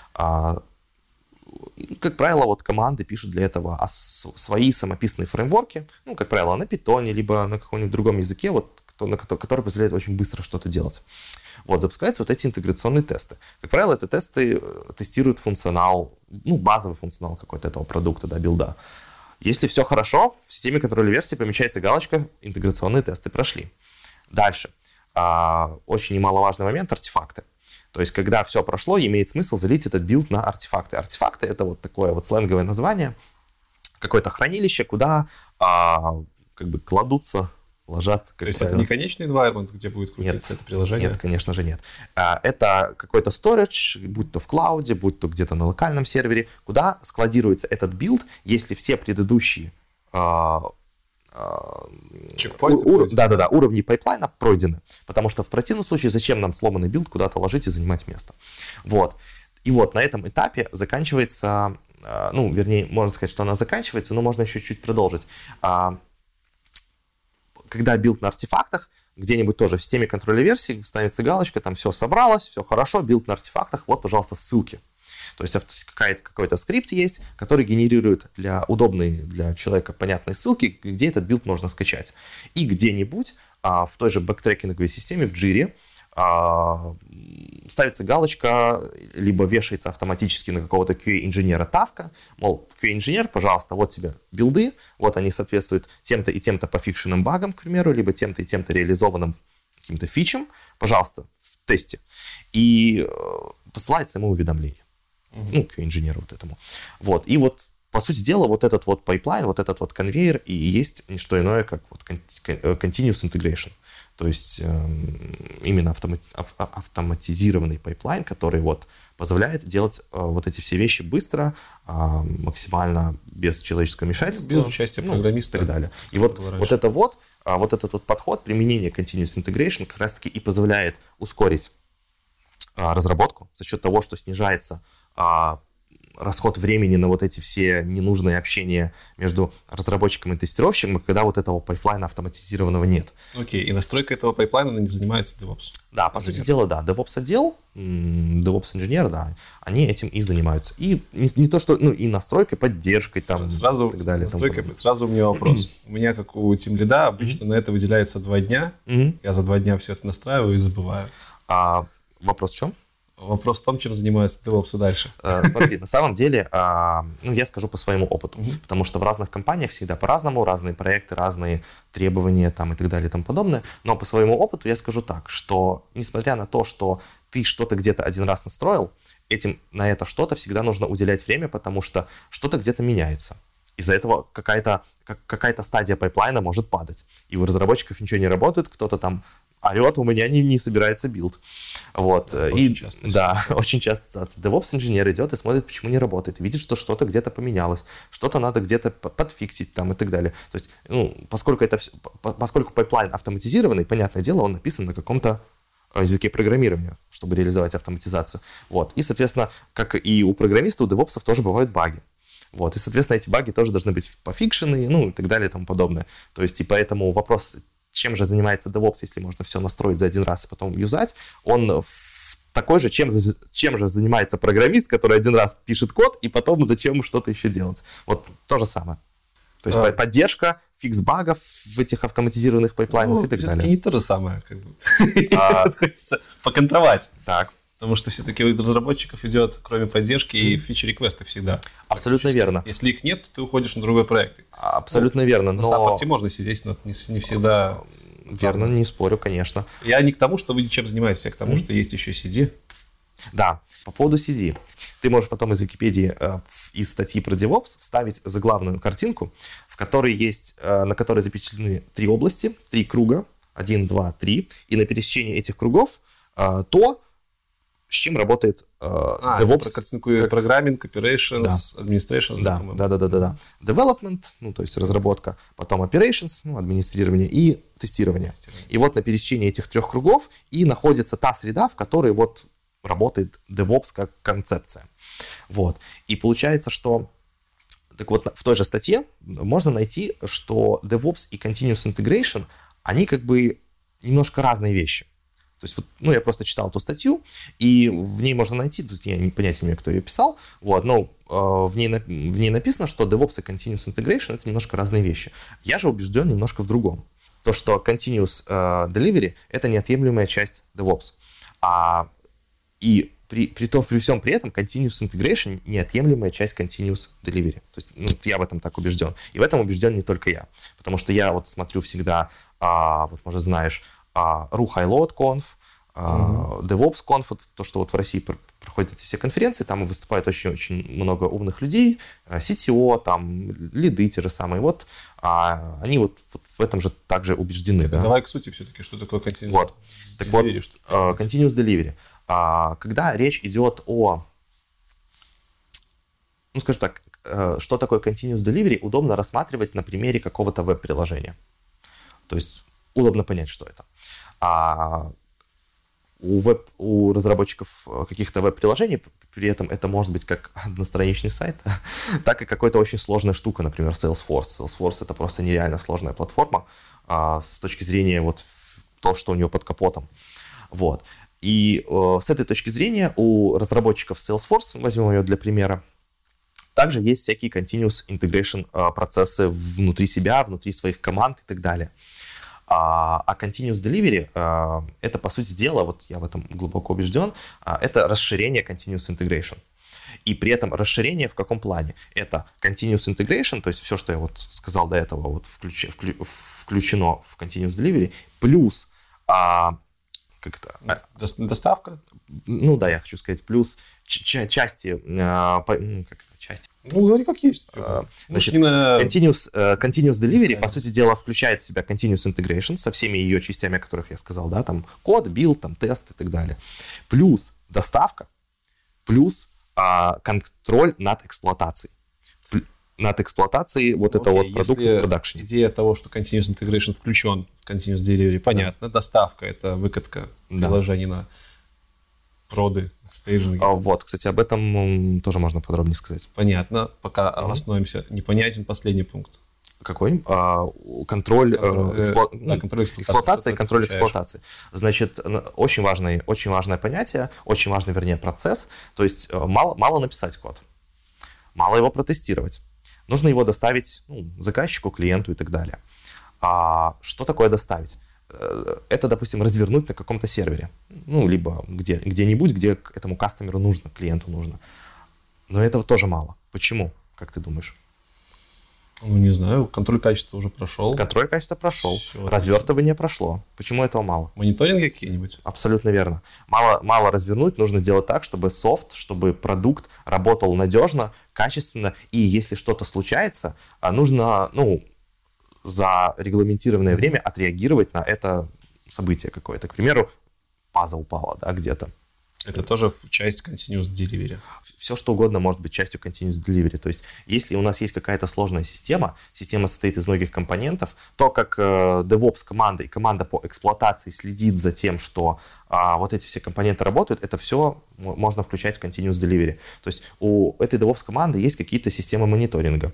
Как правило, вот команды пишут для этого свои самописные фреймворки, как правило, на Python, либо на каком-нибудь другом языке, который позволяет очень быстро что-то делать. Вот, запускаются вот эти интеграционные тесты. Как правило, это тесты тестируют функционал, базовый функционал какой-то этого продукта, да, билда. Если все хорошо, в системе контроля версии помечается галочка «Интеграционные тесты прошли». Дальше. Очень немаловажный момент – артефакты. То есть, когда все прошло, имеет смысл залить этот билд на артефакты. Артефакты – это вот такое вот сленговое название, какое-то хранилище, куда кладутся, ложатся. То есть это не конечный environment, где будет крутиться это приложение? Нет, конечно же нет. Это какой-то storage, будь то в клауде, будь то где-то на локальном сервере, куда складируется этот билд, если все предыдущие уровни пайплайна пройдены. Потому что в противном случае зачем нам сломанный билд куда-то ложить и занимать место. Вот. И вот на этом этапе заканчивается, можно сказать, что она заканчивается, но можно еще чуть продолжить. Когда билд на артефактах, где-нибудь тоже в системе контроля версий ставится галочка, там все собралось, все хорошо, билд на артефактах, вот, пожалуйста, ссылки. То есть какой-то скрипт есть, который генерирует удобные для человека понятные ссылки, где этот билд можно скачать. И где-нибудь в той же бэктрекинговой системе, в Jira, ставится галочка, либо вешается автоматически на какого-то QA-инженера таска, мол, QA-инженер, пожалуйста, вот тебе билды, вот они соответствуют тем-то и тем-то пофикшенным багам, к примеру, либо тем-то и тем-то реализованным каким-то фичам, пожалуйста, в тесте, и посылается ему уведомление, QA-инженеру вот этому. Вот, и вот, по сути дела, вот этот вот пайплайн, вот этот вот конвейер и есть не что иное, как вот continuous integration. То есть именно автоматизированный пайплайн, который вот позволяет делать вот эти все вещи быстро, максимально без человеческого вмешательства. Без участия программиста. И так далее. И вот этот вот подход применения Continuous Integration как раз-таки и позволяет ускорить разработку за счет того, что снижается расход времени на вот эти все ненужные общения между разработчиком и тестировщиком, когда вот этого пайплайна автоматизированного нет. Окей, и настройка этого пайплайна не занимается DevOps? Да, по сути дела, да. DevOps-отдел, DevOps-инженер, да, они этим и занимаются. И не то, что, и настройкой, поддержкой там, сразу, и так далее. Сразу у меня вопрос. У меня, как у тимлида, обычно на это выделяется 2 дня. Я за 2 дня все это настраиваю и забываю. Вопрос в чем? Вопрос в том, чем занимается DevOps дальше. Смотри, на самом деле, я скажу по своему опыту, потому что в разных компаниях всегда по-разному, разные проекты, разные требования там, и так далее и тому подобное. Но по своему опыту я скажу так, что несмотря на то, что ты что-то где-то один раз настроил, на это что-то всегда нужно уделять время, потому что что-то где-то меняется. Из-за этого какая-то стадия пайплайна может падать. И у разработчиков ничего не работает, кто-то там орет, у меня не собирается билд. Вот. Очень часто. DevOps-инженер идет и смотрит, почему не работает. Видит, что что-то где-то поменялось, что-то надо где-то подфиксить там и так далее. То есть, поскольку пайплайн автоматизированный, понятное дело, он написан на каком-то языке программирования, чтобы реализовать автоматизацию. Вот. И, соответственно, как и у программистов, у девопсов тоже бывают баги. Вот. И, соответственно, эти баги тоже должны быть пофикшены, и так далее и тому подобное. То есть, и поэтому вопрос, чем же занимается DevOps, если можно все настроить за один раз и потом юзать, он такой же, чем же занимается программист, который один раз пишет код, и потом зачем что-то еще делать. Вот то же самое. То есть поддержка, фикс багов в этих автоматизированных пайплайнах и так далее. Не то же самое. Хочется поконтровать. Так. Потому что все-таки у разработчиков идет, кроме поддержки, и фичи-реквесты всегда. Абсолютно верно. Если их нет, то ты уходишь на другой проект. Абсолютно верно. На саппорте можно сидеть, но не всегда... Верно, не спорю, конечно. Я не к тому, что вы чем занимаетесь, а к тому, что есть еще CD. Да, по поводу CD. Ты можешь потом из Википедии, из статьи про DevOps вставить заглавную картинку, в которой есть, на которой запечатлены 3 области, 3 круга, 1, 2, 3, и на пересечении этих кругов то, с чем работает DevOps. Про картинку программинг, operations, administration. Да. Development, то есть разработка, потом operations, администрирование и тестирование. И вот на пересечении этих 3 кругов и находится та среда, в которой вот работает DevOps как концепция. Вот. И получается, что так вот, в той же статье можно найти, что DevOps и Continuous Integration, они как бы немножко разные вещи. То есть, я просто читал эту статью, и в ней можно найти, тут я понятия не имею, кто ее писал, но в ней написано, что DevOps и Continuous Integration — это немножко разные вещи. Я же убежден немножко в другом. То, что Continuous Delivery — это неотъемлемая часть DevOps. И при всем при этом Continuous Integration — неотъемлемая часть Continuous Delivery. То есть, я в этом так убежден. И в этом убежден не только я. Потому что я вот смотрю всегда, может, знаешь, RU High Load Conf, DevOps Conf, то, что вот в России проходят эти все конференции, там выступает очень-очень много умных людей, CTO, там, лиды те же самые. Вот они вот в этом же также убеждены. Да? Давай к сути все-таки, что такое Continuous Delivery? Так вот, Continuous Delivery. Когда речь идет о... скажем так, что такое Continuous Delivery, удобно рассматривать на примере какого-то веб-приложения. То есть удобно понять, что это. У разработчиков каких-то веб-приложений при этом это может быть как одностраничный сайт, так и какая-то очень сложная штука, например, Salesforce. Salesforce — это просто нереально сложная платформа с точки зрения вот того, что у нее под капотом. Вот. И с этой точки зрения у разработчиков Salesforce, возьмем ее для примера, также есть всякие continuous integration процессы внутри себя, внутри своих команд и так далее. А continuous delivery — это, по сути дела, вот я в этом глубоко убежден, это расширение continuous integration. И при этом расширение в каком плане? Это continuous integration, то есть все, что я вот сказал до этого, вот включено в continuous delivery, плюс доставка? Да, я хочу сказать, плюс части, части. Говори как есть. Значит, continuous delivery, по сути дела, включает в себя continuous integration со всеми ее частями, о которых я сказал, да, там код, билд, там тест и так далее. Плюс доставка, плюс контроль над эксплуатацией. Над эксплуатацией этого продукта в продакшене. Идея того, что continuous integration включен в continuous delivery, понятно. Да. Доставка — это выкатка приложений на проды, стейджинги. Вот, кстати, об этом тоже можно подробнее сказать. Понятно. Пока остановимся. Непонятен последний пункт. Какой? Контроль эксплуатации и контроль эксплуатации. Значит, очень важное понятие, очень важный, вернее, процесс. То есть мало написать код, мало его протестировать. Нужно его доставить заказчику, клиенту и так далее. Что такое доставить? Это, допустим, развернуть на каком-то сервере. Либо где-нибудь, где этому кастомеру нужно, клиенту нужно. Но этого тоже мало. Почему, как ты думаешь? Не знаю, контроль качества уже прошел. Контроль качества прошел, развертывание прошло. Почему этого мало? Мониторинги какие-нибудь? Абсолютно верно. Мало развернуть, нужно сделать так, чтобы софт, чтобы продукт работал надежно, качественно, и если что-то случается, нужно, за регламентированное время отреагировать на это событие какое-то. К примеру, база упала, да, где-то. Это тоже часть Continuous Delivery. Все, что угодно может быть частью Continuous Delivery. То есть, если у нас есть какая-то сложная система состоит из многих компонентов, то как DevOps команда и команда по эксплуатации следит за тем, что вот эти все компоненты работают, это все можно включать в Continuous Delivery. То есть, у этой DevOps команды есть какие-то системы мониторинга.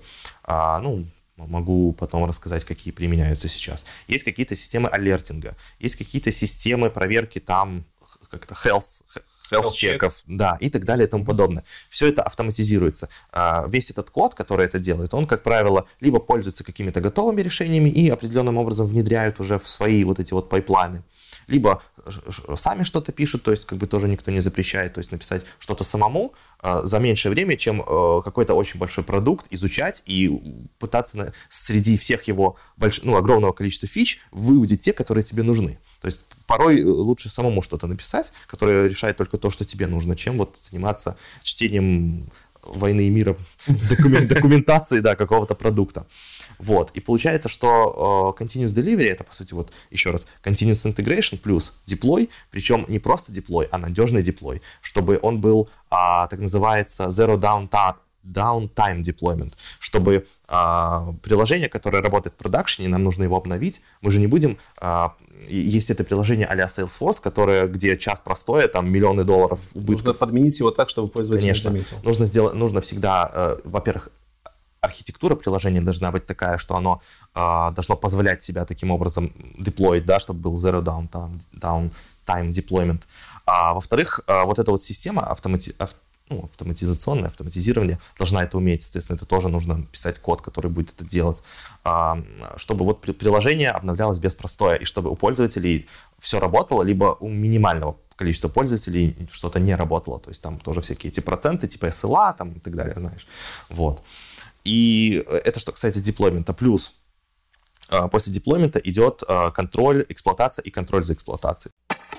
Могу потом рассказать, какие применяются сейчас. Есть какие-то системы алертинга, есть какие-то системы проверки там, как-то health-чеков, да, и так далее и тому подобное. Все это автоматизируется. Весь этот код, который это делает, он, как правило, либо пользуется какими-то готовыми решениями и определенным образом внедряют уже в свои вот эти вот пайплайны, либо сами что-то пишут, то есть как бы тоже никто не запрещает, то есть написать что-то самому за меньшее время, чем какой-то очень большой продукт изучать и пытаться среди всех его огромного количества фич выудить те, которые тебе нужны. То есть порой лучше самому что-то написать, которое решает только то, что тебе нужно, чем вот заниматься чтением «Войны и мира», документации, да, какого-то продукта. Вот. И получается, что Continuous Delivery — это, по сути, вот еще раз, Continuous Integration плюс Deploy, причем не просто Deploy, а надежный Deploy, чтобы он был, так называется, Zero Downtime Deployment, чтобы приложение, которое работает в продакшене, нам нужно его обновить, мы же не будем... Есть это приложение а-ля Salesforce, которое, где час простое, там миллионы долларов убытков. Нужно подменить его так, чтобы пользователь не заметил. Нужно всегда, во-первых, архитектура приложения должна быть такая, что оно должно позволять себя таким образом деплоить, да, чтобы был Zero Downtime Deployment. А во-вторых, вот эта вот система автоматизационное автоматизирование должна это уметь. Соответственно, это тоже нужно писать код, который будет это делать, чтобы вот приложение обновлялось без простоя, и чтобы у пользователей все работало, либо у минимального количества пользователей что-то не работало. То есть там тоже всякие эти проценты, типа SLA там, и так далее, знаешь. Вот. И это что касается деплоймента. Плюс после деплоймента идет контроль, эксплуатация и контроль за эксплуатацией.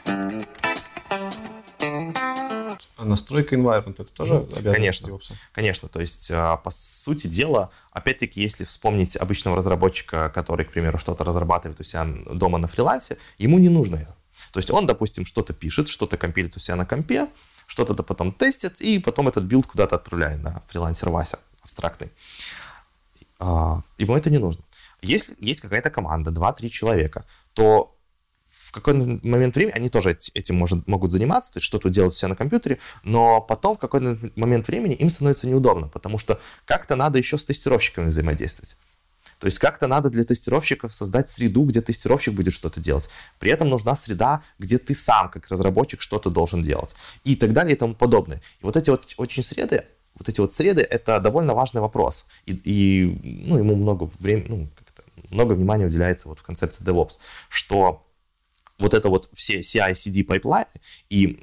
А настройка environment — это тоже обязанность DevOps? Конечно. То есть, по сути дела, опять-таки, если вспомнить обычного разработчика, который, к примеру, что-то разрабатывает у себя дома на фрилансе, ему не нужно это. То есть он, допустим, что-то пишет, что-то компилит у себя на компе, что-то потом тестит, и потом этот билд куда-то отправляет на фрилансер Вася абстрактный. Ему это не нужно. Если есть какая-то команда, 2-3 человека, то в какой-то момент времени они тоже этим могут заниматься, то есть что-то делать у себя на компьютере, но потом в какой-то момент времени им становится неудобно, потому что как-то надо еще с тестировщиками взаимодействовать. То есть как-то надо для тестировщиков создать среду, где тестировщик будет что-то делать. При этом нужна среда, где ты сам, как разработчик, что-то должен делать. И так далее и тому подобное. И вот эти вот среды, это довольно важный вопрос. И ему много времени, много внимания уделяется вот в концепции DevOps, что вот это вот все CI/CD пайплайны и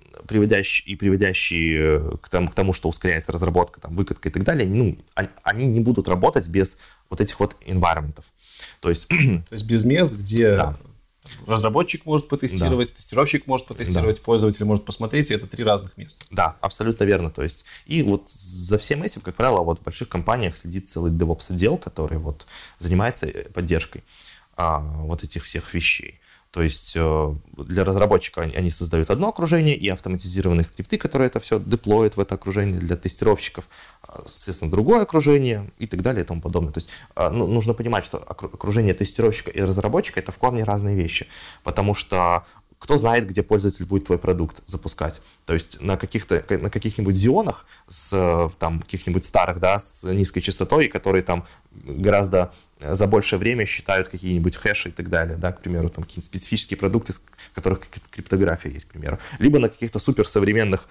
приводящие к тому, что ускоряется разработка, там, выкатка и так далее, они не будут работать без вот этих вот environment'ов. То есть без мест, где разработчик может потестировать, тестировщик может потестировать, пользователь может посмотреть, и это 3 разных места. Да, абсолютно верно. То есть, и вот за всем этим, как правило, вот в больших компаниях сидит целый DevOps-отдел, который вот занимается поддержкой вот этих всех вещей. То есть для разработчика они создают одно окружение и автоматизированные скрипты, которые это все деплоят в это окружение, для тестировщиков, соответственно, другое окружение и так далее и тому подобное. То есть нужно понимать, что окружение тестировщика и разработчика — это в корне разные вещи, потому что кто знает, где пользователь будет твой продукт запускать. То есть на каких-нибудь зионах с каких-нибудь старых, с низкой частотой, которые там гораздо за большее время считают какие-нибудь хэши и так далее, к примеру, там какие-нибудь специфические продукты, в которых криптография есть, к примеру. Либо на каких-то суперсовременных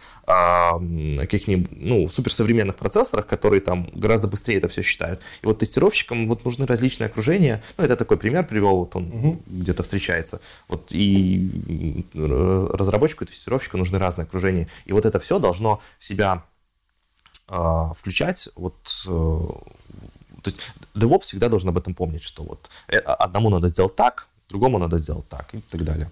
суперсовременных процессорах, которые там гораздо быстрее это все считают. И вот тестировщикам вот нужны различные окружения. Это такой пример привел, вот он где-то встречается. Вот и разработчику и тестировщику нужны разные окружения. И вот это все должно в себя включать то есть DevOps всегда должен об этом помнить, что вот одному надо сделать так, другому надо сделать так и так далее.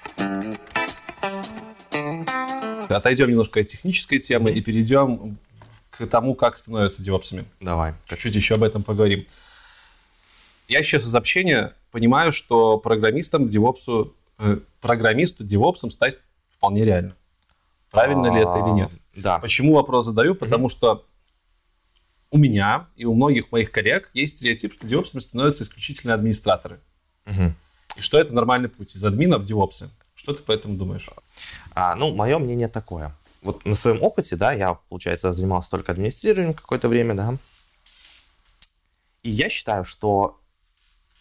Отойдем немножко от технической темы и перейдем к тому, как становятся девопсами. Давай. Чуть-чуть еще об этом поговорим. Я сейчас из общения понимаю, что программисту девопсом стать вполне реально. Правильно ли это или нет? Да. Почему вопрос задаю? Потому что у меня и у многих моих коллег есть стереотип, что девопсами становятся исключительно администраторы. И что это нормальный путь из админа в девопсы. Что ты по этому думаешь? Мое мнение такое. Вот на своем опыте, я, получается, занимался только администрированием какое-то время, И я считаю, что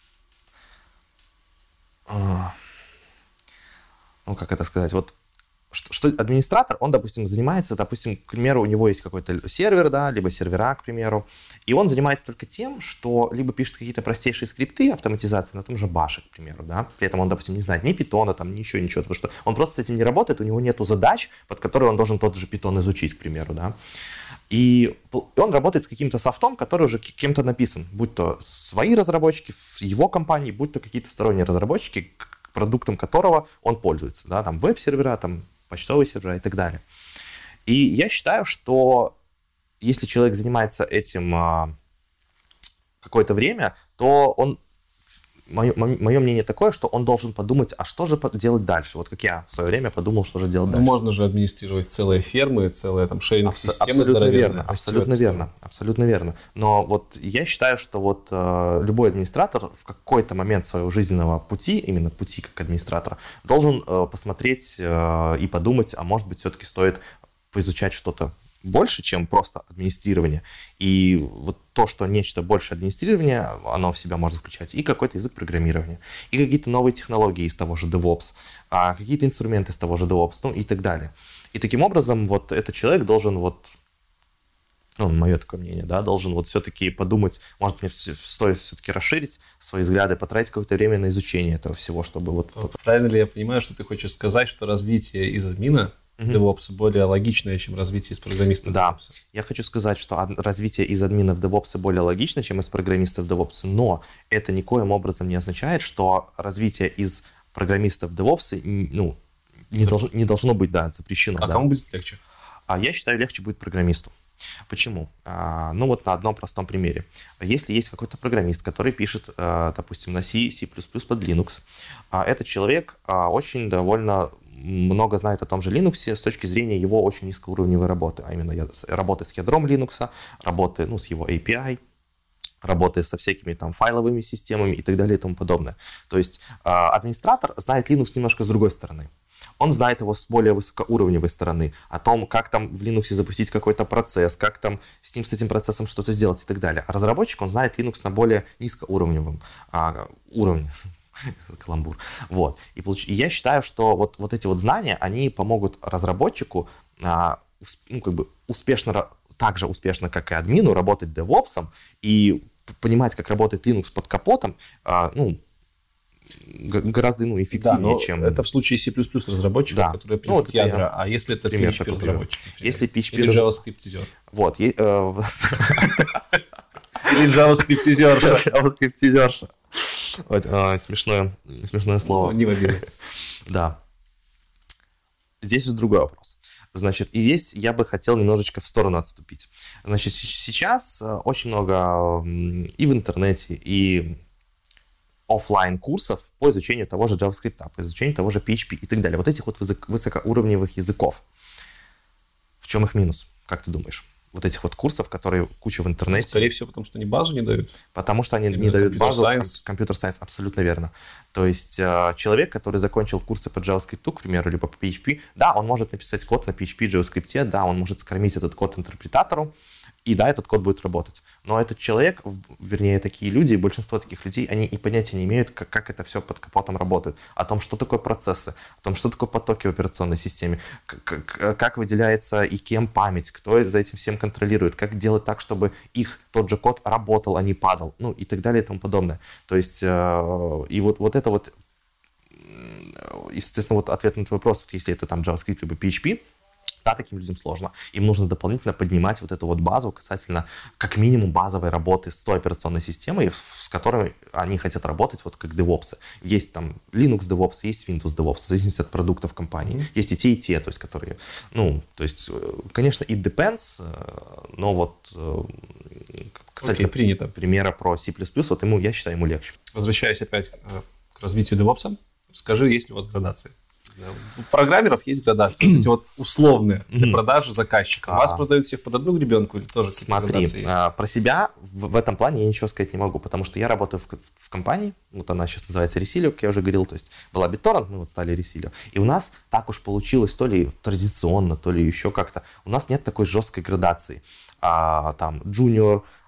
как это сказать, вот что администратор, он, допустим, занимается, допустим, к примеру, у него есть какой-то сервер, да, либо сервера, к примеру, и он занимается только тем, что либо пишет какие-то простейшие скрипты автоматизации на том же Bash, к примеру, да, при этом он, допустим, не знает ни питона, там, ничего, потому что он просто с этим не работает, у него нету задач, под которые он должен тот же питон изучить, к примеру, да. И он работает с каким-то софтом, который уже кем-то написан, будь то свои разработчики в его компании, будь то какие-то сторонние разработчики, к продуктам которого он пользуется, да, там веб-сервера, там почтовые сервера и так далее. И я считаю, что если человек занимается этим какое-то время, то он, мое мнение такое, что он должен подумать, а что же делать дальше? Вот как я в свое время подумал, что же делать дальше. Можно же администрировать целые фермы, целые там шейринг-системы. Абсолютно верно. Но вот я считаю, что вот любой администратор в какой-то момент своего жизненного пути, именно пути как администратора, должен посмотреть и подумать, а может быть все-таки стоит поизучать что-то больше, чем просто администрирование. И вот то, что нечто больше администрирования, оно в себя может включать и какой-то язык программирования, и какие-то новые технологии из того же DevOps, какие-то инструменты из того же DevOps, ну и так далее. И таким образом вот этот человек должен вот, ну, мое такое мнение, да, должен вот все-таки подумать, может, мне стоит все-таки расширить свои взгляды, потратить какое-то время на изучение этого всего, чтобы вот... Правильно ли я понимаю, что ты хочешь сказать, что развитие из админа DevOps более логичное, чем развитие из программистов да. DevOps? Я хочу сказать, что развитие из админов DevOps более логично, чем из программистов DevOps, но это никоим образом не означает, что развитие из программистов DevOps, ну, не должно быть, да, запрещено. А кому будет легче? Я считаю, легче будет программисту. Почему? Ну вот на одном простом примере. Если есть какой-то программист, который пишет, допустим, на C, C++ под Linux, этот человек очень довольно много знает о том же Linux с точки зрения его очень низкоуровневой работы, а именно работы с ядром Linux, работы, ну, с его API, работы со всякими там файловыми системами и так далее и тому подобное. То есть администратор знает Linux немножко с другой стороны. Он знает его с более высокоуровневой стороны, о том, как там в Linux запустить какой-то процесс, как там с этим процессом что-то сделать и так далее. А разработчик, он знает Linux на более низкоуровневом уровне. Каламбур. Вот. И я считаю, что вот эти вот знания, они помогут разработчику ну, как бы так же успешно, как и админу, работать DevOps'ом и понимать, как работает Linux под капотом, ну, гораздо эффективнее, чем... Это в случае C++ разработчиков, да. которые пишут ядра, а если это PHP разработчики? Если PHP или JavaScript-изер. Вот. Или JavaScript-изерша. JavaScript-изерша. Смешное слово. Не в обиду. Да. Здесь уже другой вопрос. Значит, и здесь я бы хотел немножечко в сторону отступить. Значит, сейчас очень много и в интернете, и офлайн курсов по изучению того же JavaScript, по изучению того же PHP и так далее. Вот этих вот высокоуровневых языков. В чем их минус, как ты думаешь? Вот этих вот курсов, которые куча в интернете. Скорее всего, потому что они базу не дают. Потому что они не дают базу. Компьютер сайенс, абсолютно верно. То есть человек, который закончил курсы по JavaScript, к примеру, либо по PHP, да, он может написать код на PHP, JavaScript, да, он может скормить этот код интерпретатору, и да, этот код будет работать. Но этот человек, вернее, такие люди, большинство таких людей, они и понятия не имеют, как это все под капотом работает. О том, что такое процессы, о том, что такое потоки в операционной системе, как выделяется и кем память, кто за этим всем контролирует, как делать так, чтобы тот же код работал, а не падал, ну и так далее и тому подобное. То есть, и вот это вот, естественно, вот ответ на твой вопрос, вот если это там JavaScript либо PHP, да, таким людям сложно. Им нужно дополнительно поднимать вот эту вот базу касательно как минимум базовой работы с той операционной системой, с которой они хотят работать вот как DevOps. Есть там Linux DevOps, есть Windows DevOps, в зависимости от продуктов компании. Есть и те, то есть которые, ну, то есть, конечно, it depends, но вот касательно примера про C++, вот ему, я считаю, ему легче. Возвращаясь опять к развитию DevOps, скажи, есть ли у вас градации? У программеров есть градации, эти вот условные для продажи заказчикам. Вас продают всех под одну гребенку или тоже? Смотри, про себя в этом плане я ничего сказать не могу, потому что я работаю в компании, вот она сейчас называется Resilio, как я уже говорил, то есть была BitTorrent, мы вот стали Resilio, и у нас так уж получилось, то ли традиционно, то ли еще как-то, у нас нет такой жесткой градации. Там junior,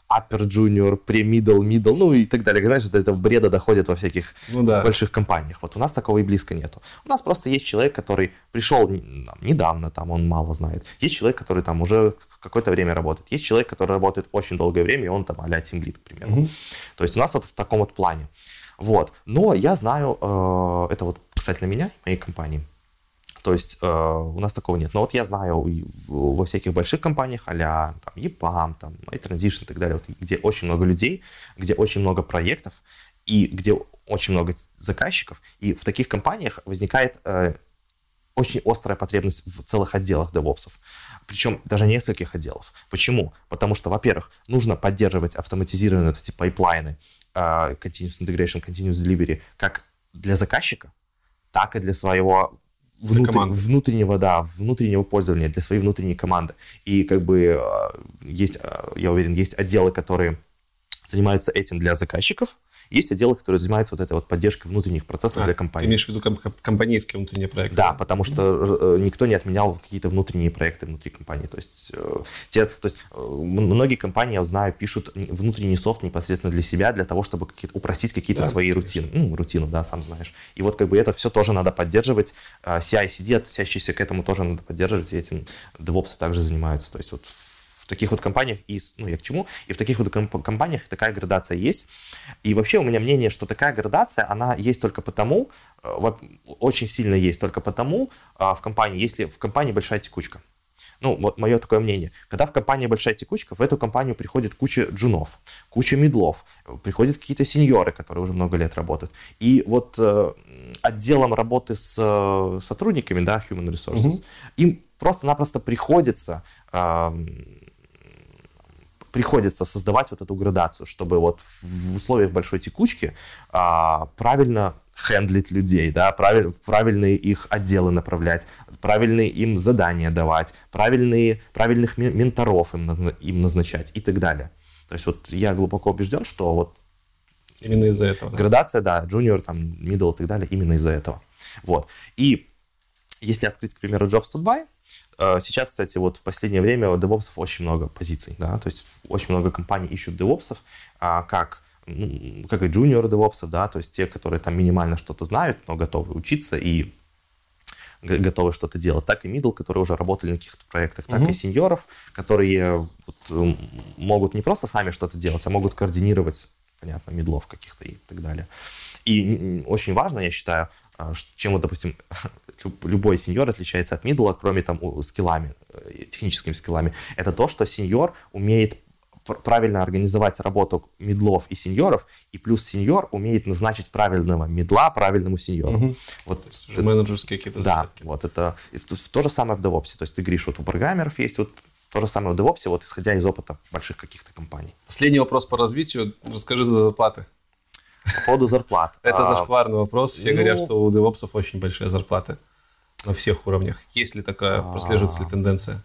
upper junior, pre-middle, middle, ну и так далее. Знаешь, это бреда доходит во всяких больших компаниях. Вот у нас такого и близко нету. У нас просто есть человек, который пришел недавно, там он мало знает. Есть человек, который там уже какое-то время работает. Есть человек, который работает очень долгое время, и он там а-ля team lead, к примеру. То есть у нас вот в таком вот плане. Вот. Но я знаю, это вот касательно меня, моей компании. То есть у нас такого нет. Но вот я знаю во всяких больших компаниях, а-ля там, EPAM, там, iTransition и так далее, вот, где очень много людей, где очень много проектов и где очень много заказчиков. И в таких компаниях возникает очень острая потребность в целых отделах DevOps. Причем даже нескольких отделов. Почему? Потому что, во-первых, нужно поддерживать автоматизированные вот эти пайплайны, continuous integration, continuous delivery, как для заказчика, так и для своего внутреннего пользования, для своей внутренней команды. И как бы есть, я уверен, есть отделы, которые занимаются этим для заказчиков, есть отделы, которые занимаются вот этой вот поддержкой внутренних процессов для компании. Ты имеешь в виду компанейские внутренние проекты? Да, потому что никто не отменял какие-то внутренние проекты внутри компании. То есть многие компании, я знаю, пишут внутренний софт непосредственно для себя, для того, чтобы упростить какие-то свои рутины. Ну, рутину, да, сам знаешь. И вот как бы это все тоже надо поддерживать. CI/CD, относящиеся к этому, тоже надо поддерживать, и этим DevOps также занимаются. То есть вот в таких вот компаниях, я к чему, и в таких вот компаниях такая градация есть. И вообще у меня мнение, что такая градация, она есть только потому, очень сильно есть только потому в компании, если в компании большая текучка. Ну, вот мое такое мнение. Когда в компании большая текучка, в эту компанию приходит куча джунов, куча мидлов, приходят какие-то сеньоры, которые уже много лет работают. И вот отделом работы с сотрудниками, да, Human Resources, им просто-напросто приходится создавать вот эту градацию, чтобы вот в условиях большой текучки правильно хендлить людей, да, правильные их отделы направлять, правильные им задания давать, правильных менторов им назначать и так далее. То есть вот я глубоко убежден, что вот именно из-за этого. Градация, да, junior, там, middle и так далее, именно из-за этого. Вот. И если открыть, к примеру, Jobs to Buy, сейчас, кстати, вот в последнее время у DevOps очень много позиций, да, то есть очень много компаний ищут DevOps, как и junior DevOps, да, то есть те, которые там минимально что-то знают, но готовы учиться и готовы что-то делать, так и middle, которые уже работали на каких-то проектах, так и сеньоров, которые вот могут не просто сами что-то делать, а могут координировать, понятно, мидлов каких-то и так далее. И очень важно, я считаю, чем вот, допустим, любой сеньор отличается от мидла, кроме там скиллами, техническими скиллами, это то, что сеньор умеет правильно организовать работу мидлов и сеньоров, и плюс сеньор умеет назначить правильного мидла правильному сеньору. Вот менеджерские какие-то задачки. Да, вот это то же самое в DevOps. То есть ты говоришь, вот у программеров есть вот то же самое в DevOps, вот исходя из опыта больших каких-то компаний. Последний вопрос по развитию. Расскажи за зарплаты. По поводу зарплат. Это зашкварный вопрос. Все говорят, что у DevOps очень большие зарплаты на всех уровнях. Есть ли такая, прослеживается ли тенденция?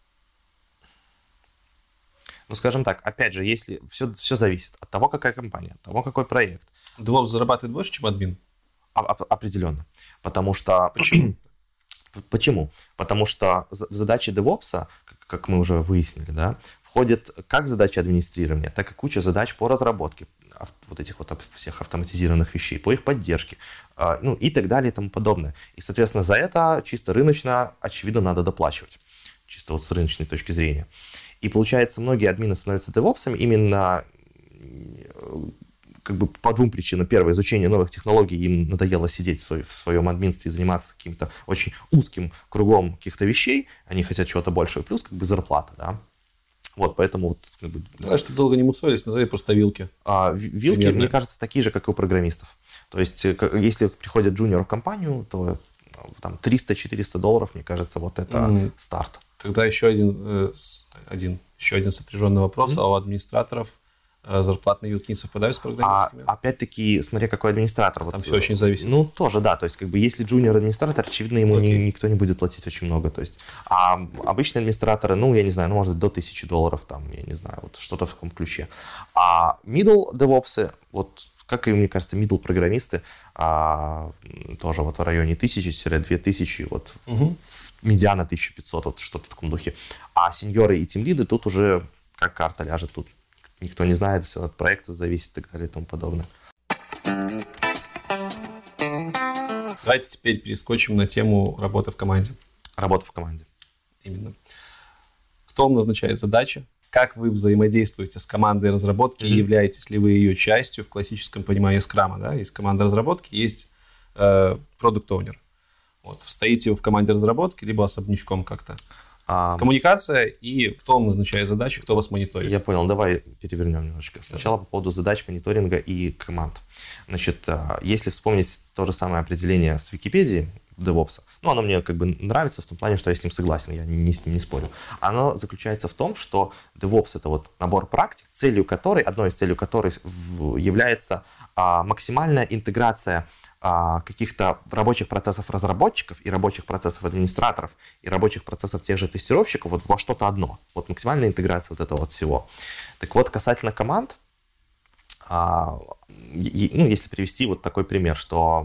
Ну, скажем так, опять же, если все зависит от того, какая компания, от того, какой проект. DevOps зарабатывает больше, чем админ? Определенно. Потому что... Почему? Потому что в задачи DevOps, как мы уже выяснили, да, входит как задачи администрирования, так и куча задач по разработке вот этих вот всех автоматизированных вещей, по их поддержке, ну и так далее и тому подобное. И, соответственно, за это чисто рыночно, очевидно, надо доплачивать. Чисто вот с рыночной точки зрения. И получается, многие админы становятся девопсами именно как бы по двум причинам. Первое, изучение новых технологий, им надоело сидеть в своем админстве и заниматься каким-то очень узким кругом каких-то вещей, они хотят чего-то большего, плюс как бы зарплата, да. Вот, поэтому вот... Как бы, да, чтобы долго не мусорились, назови просто вилки. Вилки, примерно, мне кажется, такие же, как и у программистов. То есть, если приходит джуниор в компанию, то там $300-400, мне кажется, вот это старт. Тогда еще один сопряженный вопрос, а у администраторов зарплатные вилки не совпадают с программистами? Опять-таки, смотря какой администратор. Там вот, все очень зависит. Ну, тоже, да. То есть, как бы, если джуниор-администратор, очевидно, ему никто не будет платить очень много. То есть, а обычные администраторы, ну, я не знаю, может быть, до $1000, там, я не знаю, вот что-то в таком ключе. А middle DevOps, вот, как и, мне кажется, middle программисты, тоже вот в районе 1000-2000, вот, медиана 1500, вот что-то в таком духе. А сеньоры и тимлиды тут уже как карта ляжет, тут никто не знает, все от проекта зависит и так далее и тому подобное. Давайте теперь перескочим на тему работы в команде. Работа в команде. Именно. Кто вам назначает задачи? Как вы взаимодействуете с командой разработки? Являетесь ли вы ее частью в классическом понимании скрама? Да? Есть команда разработки, есть product owner. Вот. Стоите вы в команде разработки, либо особнячком как-то. Коммуникация и кто вам назначает задачи, кто вас мониторит. Я понял, давай перевернем немножечко. Сначала по поводу задач мониторинга и команд. Значит, если вспомнить то же самое определение с Википедии, DevOps, ну, оно мне как бы нравится в том плане, что я с ним согласен, я с ним не спорю. Оно заключается в том, что DevOps — это вот набор практик, одной из целей которой является максимальная интеграция каких-то рабочих процессов разработчиков и рабочих процессов администраторов и рабочих процессов тех же тестировщиков вот во что-то одно. Вот максимальная интеграция вот этого вот всего. Так вот, касательно команд, если привести вот такой пример, что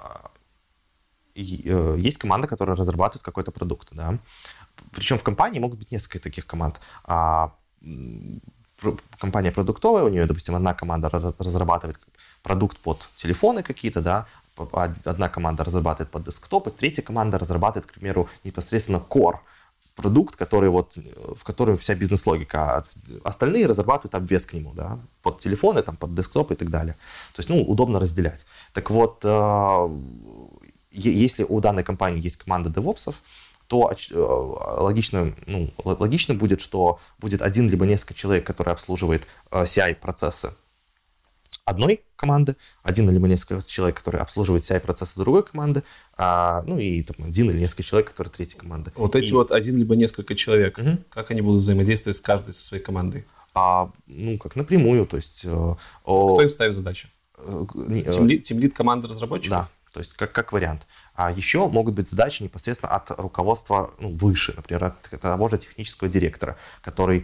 есть команда, которая разрабатывает какой-то продукт, да. Причем в компании могут быть несколько таких команд. Компания продуктовая, у нее, допустим, одна команда разрабатывает продукт под телефоны какие-то, да, одна команда разрабатывает под десктопы, третья команда разрабатывает, к примеру, непосредственно core продукт, в котором вся бизнес-логика, а остальные разрабатывают обвес к нему, да, под телефоны, там, под десктопы и так далее. То есть, удобно разделять. Так вот, если у данной компании есть команда DevOps'ов, то логично будет, что будет один либо несколько человек, которые обслуживают CI-процессы одной команды, один либо несколько человек, которые обслуживают CI-процессы другой команды, и там, один или несколько человек, которые третьей команды. Вот эти вот один либо несколько человек, как они будут взаимодействовать с каждой со своей командой? Как напрямую, то есть... Кто им ставит задачи? Тимлид команды разработчиков? Да, то есть как вариант. А еще могут быть задачи непосредственно от руководства выше, например, от того же технического директора, который,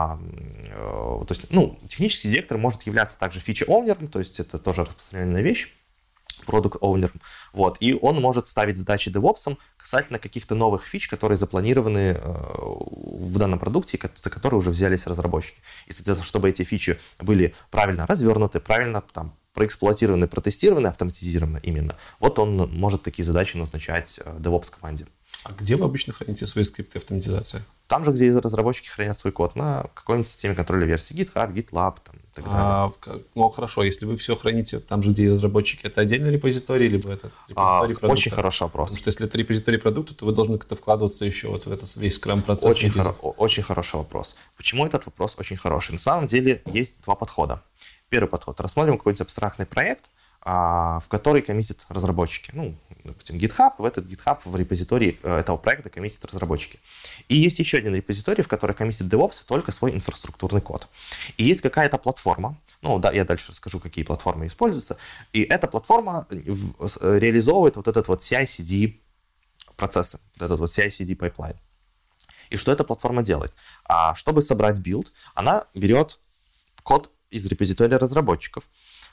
технический директор может являться также фичи-оунером, то есть это тоже распространенная вещь, продукт-оунером, вот, и он может ставить задачи DevOps'ам касательно каких-то новых фич, которые запланированы в данном продукте, за которые уже взялись разработчики. И, соответственно, чтобы эти фичи были правильно развернуты, правильно там проэксплуатированы, протестированы, автоматизированы именно. Вот он может такие задачи назначать DevOps команде. А где вы обычно храните свои скрипты автоматизации? Там же, где разработчики хранят свой код, на какой-нибудь системе контроля версий. GitHub, GitLab там, и так далее. Хорошо, если вы все храните там же, где разработчики, это отдельный репозиторий, либо это репозиторий продукта? Очень хороший вопрос. Потому что если это репозиторий продукта, то вы должны как-то вкладываться еще вот в этот весь скрам-процесс. Очень хороший вопрос. Почему этот вопрос очень хороший? На самом деле есть два подхода. Первый подход. Рассмотрим какой-нибудь абстрактный проект, в который коммитят разработчики. Допустим, GitHub, в этот GitHub в репозитории этого проекта коммитят разработчики. И есть еще один репозиторий, в который коммитят DevOps только свой инфраструктурный код. И есть какая-то платформа, я дальше расскажу, какие платформы используются, и эта платформа реализовывает вот этот вот CI/CD процессы, вот этот вот CI/CD pipeline. И что эта платформа делает? Чтобы собрать билд, она берет код из репозитория разработчиков.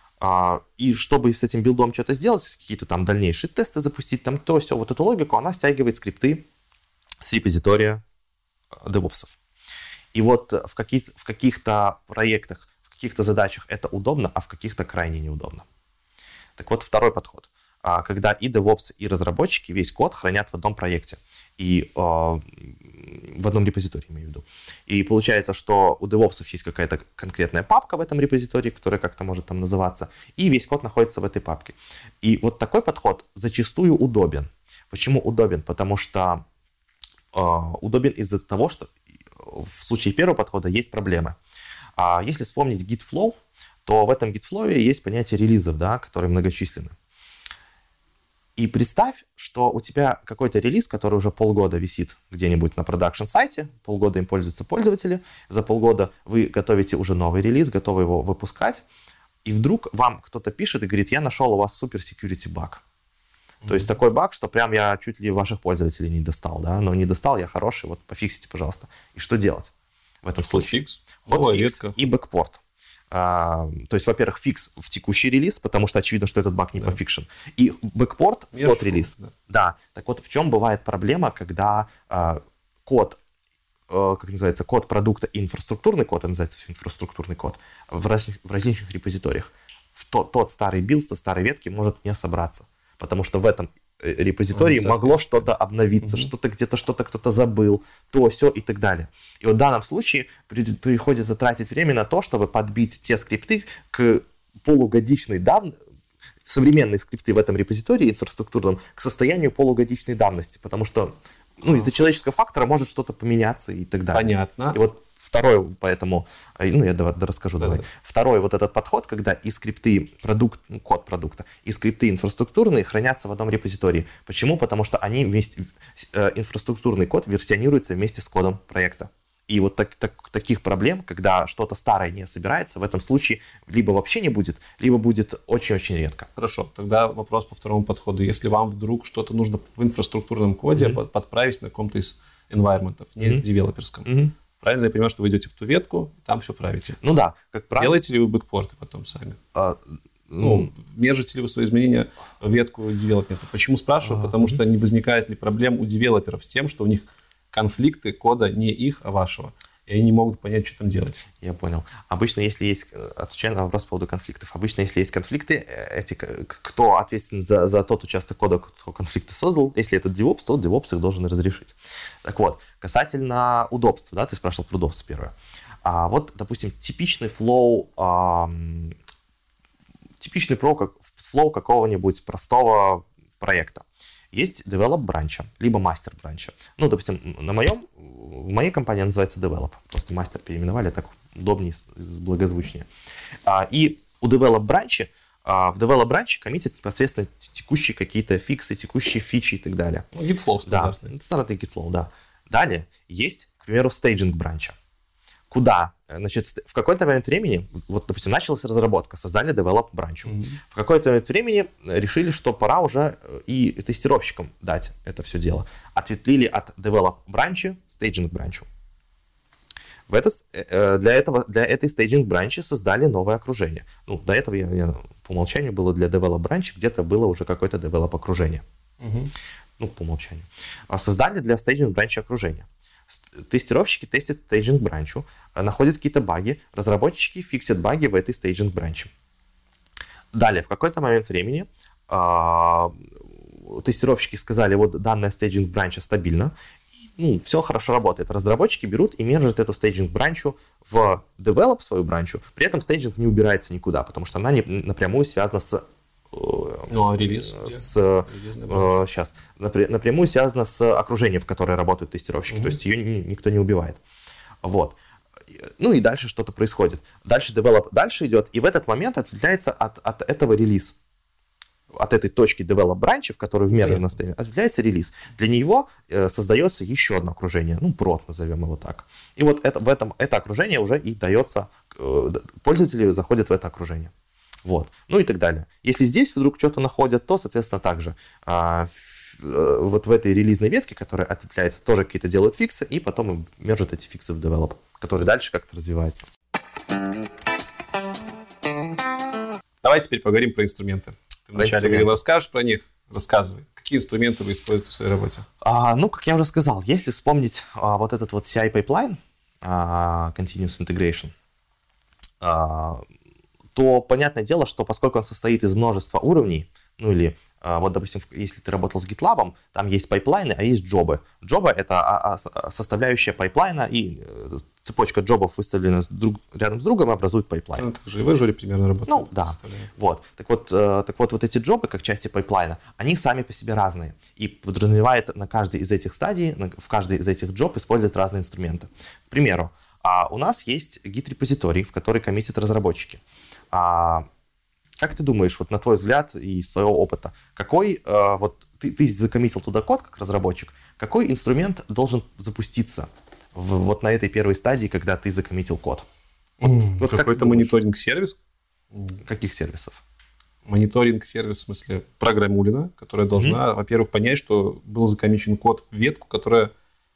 И чтобы с этим билдом что-то сделать, какие-то там дальнейшие тесты запустить, там то, все, вот эту логику, она стягивает скрипты с репозитория DevOps'ов. И вот в каких-то проектах, в каких-то задачах это удобно, а в каких-то крайне неудобно. Так вот, второй подход. Когда и DevOps, и разработчики весь код хранят в одном проекте. И в одном репозитории, имею в виду. И получается, что у DevOps есть какая-то конкретная папка в этом репозитории, которая как-то может там называться, и весь код находится в этой папке. И вот такой подход зачастую удобен. Почему удобен? Потому что удобен из-за того, что в случае первого подхода есть проблемы. Если вспомнить Git Flow, то в этом Git Flow есть понятие релизов, да, которые многочисленны. И представь, что у тебя какой-то релиз, который уже полгода висит где-нибудь на продакшн-сайте, полгода им пользуются пользователи, за полгода вы готовите уже новый релиз, готовы его выпускать, и вдруг вам кто-то пишет и говорит: я нашел у вас супер security баг. То есть такой баг, что прям я чуть ли ваших пользователей не достал, да, но не достал, я хороший, вот пофиксите, пожалуйста. И что делать в этом случае? Хотфикс и бэкпорт. То есть, во-первых, фикс в текущий релиз, потому что очевидно, что этот баг не пофикшен. И бэкпорт в тот релиз. Да. Так вот, в чем бывает проблема, когда код как называется, код продукта и инфраструктурный код, называется все инфраструктурный код, в различных репозиториях, тот старый билд со старой ветки может не собраться, потому что в этом репозитории могло что-то обновиться, что-то где-то что-то кто-то забыл, то, сё и так далее. И вот в данном случае приходится тратить время на то, чтобы подбить те скрипты к полугодичной давности, современные скрипты в этом репозитории инфраструктурном к состоянию полугодичной давности, потому что из-за человеческого фактора может что-то поменяться и так далее. Понятно. И вот второй, поэтому, я расскажу, давай. Второй вот этот подход, когда и скрипты, код продукта, и скрипты инфраструктурные хранятся в одном репозитории. Почему? Потому что они инфраструктурный код версионируется вместе с кодом проекта. И вот таких проблем, когда что-то старое не собирается, в этом случае либо вообще не будет, либо будет очень-очень редко. Хорошо, тогда вопрос по второму подходу. Если вам вдруг что-то нужно в инфраструктурном коде подправить на каком-то из environment'ов, не девелоперском, правильно я понимаю, что вы идете в ту ветку, там все правите? Ну да, как правило. Делаете ли вы бэкпорты потом сами? Мержите ли вы свои изменения в ветку девелопмента? Почему спрашиваю? Потому что не возникает ли проблем у девелоперов с тем, что у них конфликты кода не их, а вашего. И они не могут понять, что там делать. Я понял. Обычно, если есть... Отвечаю на вопрос по поводу конфликтов. Обычно, если есть конфликты, кто ответственен за тот участок кода, кто конфликты создал, если это DevOps, то DevOps их должен разрешить. Так вот, касательно удобства, да, ты спрашивал про удобство первое. Вот, допустим, типичный флоу какого-нибудь простого проекта. Есть develop бранча, либо мастер бранча. Допустим, в моей компании называется develop. Просто мастер переименовали, так удобнее, благозвучнее. И у develop бранча, в develop бранче коммитят непосредственно текущие какие-то фиксы, текущие фичи и так далее. GitFlow стандартный. Да, стандартный GitFlow, да. Далее есть, к примеру, staging бранча. Куда? Значит, в какой-то момент времени, вот, допустим, началась разработка, создали develop бранчу. В какой-то момент времени решили, что пора уже и тестировщикам дать это все дело. Ответвлили от develop бранча staging бранчу. Для этой staging бранчи создали новое окружение. До этого я по умолчанию было для develop бранча, где-то было уже какое-то develop окружение. По умолчанию. Создали для staging бранча окружение. Тестировщики тестят staging бранчу, находят какие-то баги, разработчики фиксят баги в этой staging бранче. Далее, в какой-то момент времени тестировщики сказали, вот данная staging бранча стабильна, все хорошо работает. Разработчики берут и мержат эту staging бранчу в develop свою бранчу, при этом staging не убирается никуда, потому что она напрямую связана с релиз сейчас. Напрямую связано с окружением, в которое работают тестировщики. То есть ее никто не убивает. Вот. И дальше что-то происходит. Дальше develop идет, и в этот момент ответвляется от этого релиз. От этой точки develop бранча, в которую вмержено ответвляется релиз. Для него создается еще одно окружение. Prod назовем его так. И вот это окружение уже и дается, пользователи заходят в это окружение. Вот. И так далее. Если здесь вдруг что-то находят, то, соответственно, также вот в этой релизной ветке, которая ответвляется, тоже какие-то делают фиксы, и потом мержат эти фиксы в develop, который дальше как-то развивается. Давай теперь поговорим про инструменты. Ты вначале говорил, расскажешь про них? Рассказывай. Какие инструменты вы используете в своей работе? Как я уже сказал, если вспомнить вот этот вот CI pipeline, Continuous Integration, то понятное дело, что поскольку он состоит из множества уровней, или вот, допустим, если ты работал с GitLab, там есть пайплайны, а есть джобы. Джобы — это составляющая пайплайна, и цепочка джобов, выставлена рядом с другом, образует пайплайн. Так же и в Azure примерно работает. Да. Вот. Так вот эти джобы, как части пайплайна, они сами по себе разные. И подразумевает на каждой из этих стадий, в каждой из этих джоб использовать разные инструменты. К примеру, у нас есть Git-репозиторий, в который коммитят разработчики. Как ты думаешь, вот на твой взгляд и из своего опыта, какой, вот ты закоммитил туда код как разработчик, какой инструмент должен запуститься вот на этой первой стадии, когда ты закоммитил код? Вот какой-то мониторинг-сервис? Каких сервисов? Мониторинг-сервис, в смысле, программулина, которая должна, во-первых, понять, что был закоммичен код в ветку, которая...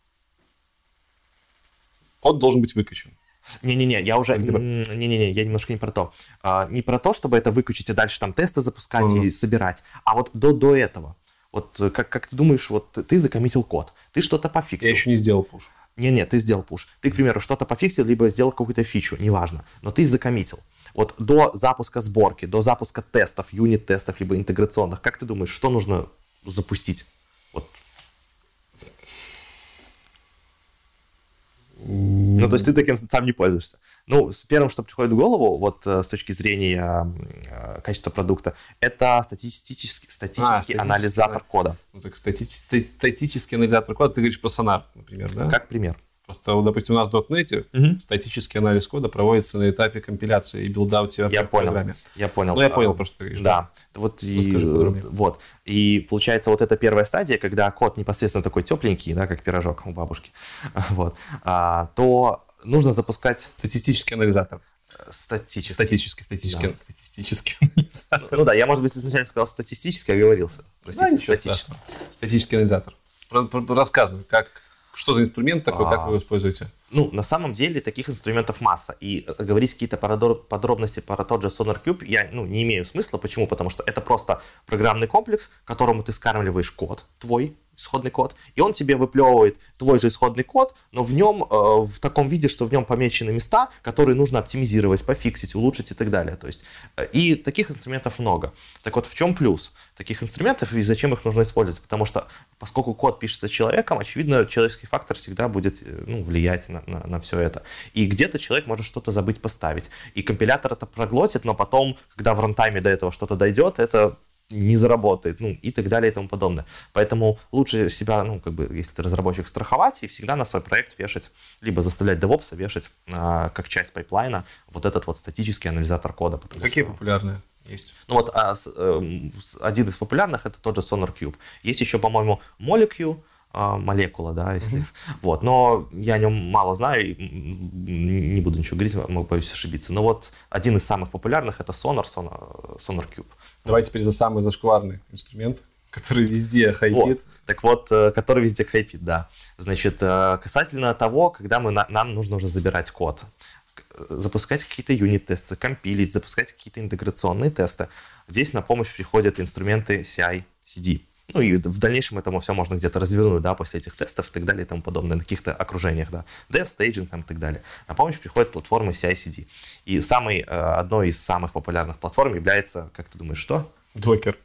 Код должен быть выкачан. Не-не-не, я немножко не про то. Не про то, чтобы это выключить, а дальше там тесты запускать и собирать. А вот до этого. Вот как ты думаешь, вот ты закоммитил код, ты что-то пофиксил. Я еще не сделал пуш. Не-не, ты сделал пуш. Ты, к примеру, что-то пофиксил, либо сделал какую-то фичу, неважно. Но ты закоммитил. Вот до запуска сборки, до запуска тестов, юнит-тестов, либо интеграционных, как ты думаешь, что нужно запустить? Вот. Ну, то есть ты таким сам не пользуешься. Ну, первым, что приходит в голову, вот с точки зрения качества продукта, это статический анализатор кода. Ну, так статический анализатор кода, ты говоришь про Sonar, например, да? Как пример. Просто, допустим, у нас в .NET статический анализ кода проводится на этапе компиляции и билда у тебя в программе. Я понял. Ну, я понял, про что ты говоришь. Да. Вот и получается, вот эта первая стадия, когда код непосредственно такой тепленький, да, как пирожок у бабушки, вот, то нужно запускать... Статистический анализатор. Статический анализатор. Ну да, я, может быть, изначально сказал статистически, оговорился. Простите, да, ничего страшного. Статический анализатор. Рассказывай, что за инструмент такой, как вы его используете? Ну, на самом деле, таких инструментов масса. И говорить какие-то подробности про тот же SonarQube я не имею смысла. Почему? Потому что это просто программный комплекс, которому ты скармливаешь код, твой исходный код, и он тебе выплевывает твой же исходный код, но в нем в таком виде, что в нем помечены места, которые нужно оптимизировать, пофиксить, улучшить и так далее. То есть, и таких инструментов много. Так вот, в чем плюс таких инструментов и зачем их нужно использовать? Потому что, поскольку код пишется человеком, очевидно, человеческий фактор всегда будет влиять на все это. И где-то человек может что-то забыть поставить. И компилятор это проглотит, но потом, когда в рантайме до этого что-то дойдет, это не заработает, и так далее и тому подобное. Поэтому лучше себя, если ты разработчик, страховать и всегда на свой проект вешать, либо заставлять DevOps вешать как часть пайплайна вот этот вот статический анализатор кода. Какие популярные есть? Ну вот один из популярных это тот же SonarQube. Есть еще, по-моему, молекула, да, если... Вот, но я о нем мало знаю, и не буду ничего говорить, боюсь ошибиться. Но вот один из самых популярных это SonarQube. Давай теперь за самый зашкварный инструмент, который везде хайпит. Так вот, который везде хайпит, да. Значит, касательно того, когда нам нужно уже забирать код, запускать какие-то юнит-тесты, компилить, запускать какие-то интеграционные тесты, здесь на помощь приходят инструменты CI/CD. Ну и в дальнейшем этому все можно где-то развернуть, да, после этих тестов и так далее и тому подобное, на каких-то окружениях, да, Dev, Staging там, и так далее. На помощь приходят платформы CI/CD. И одной из самых популярных платформ является, как ты думаешь, что? Docker.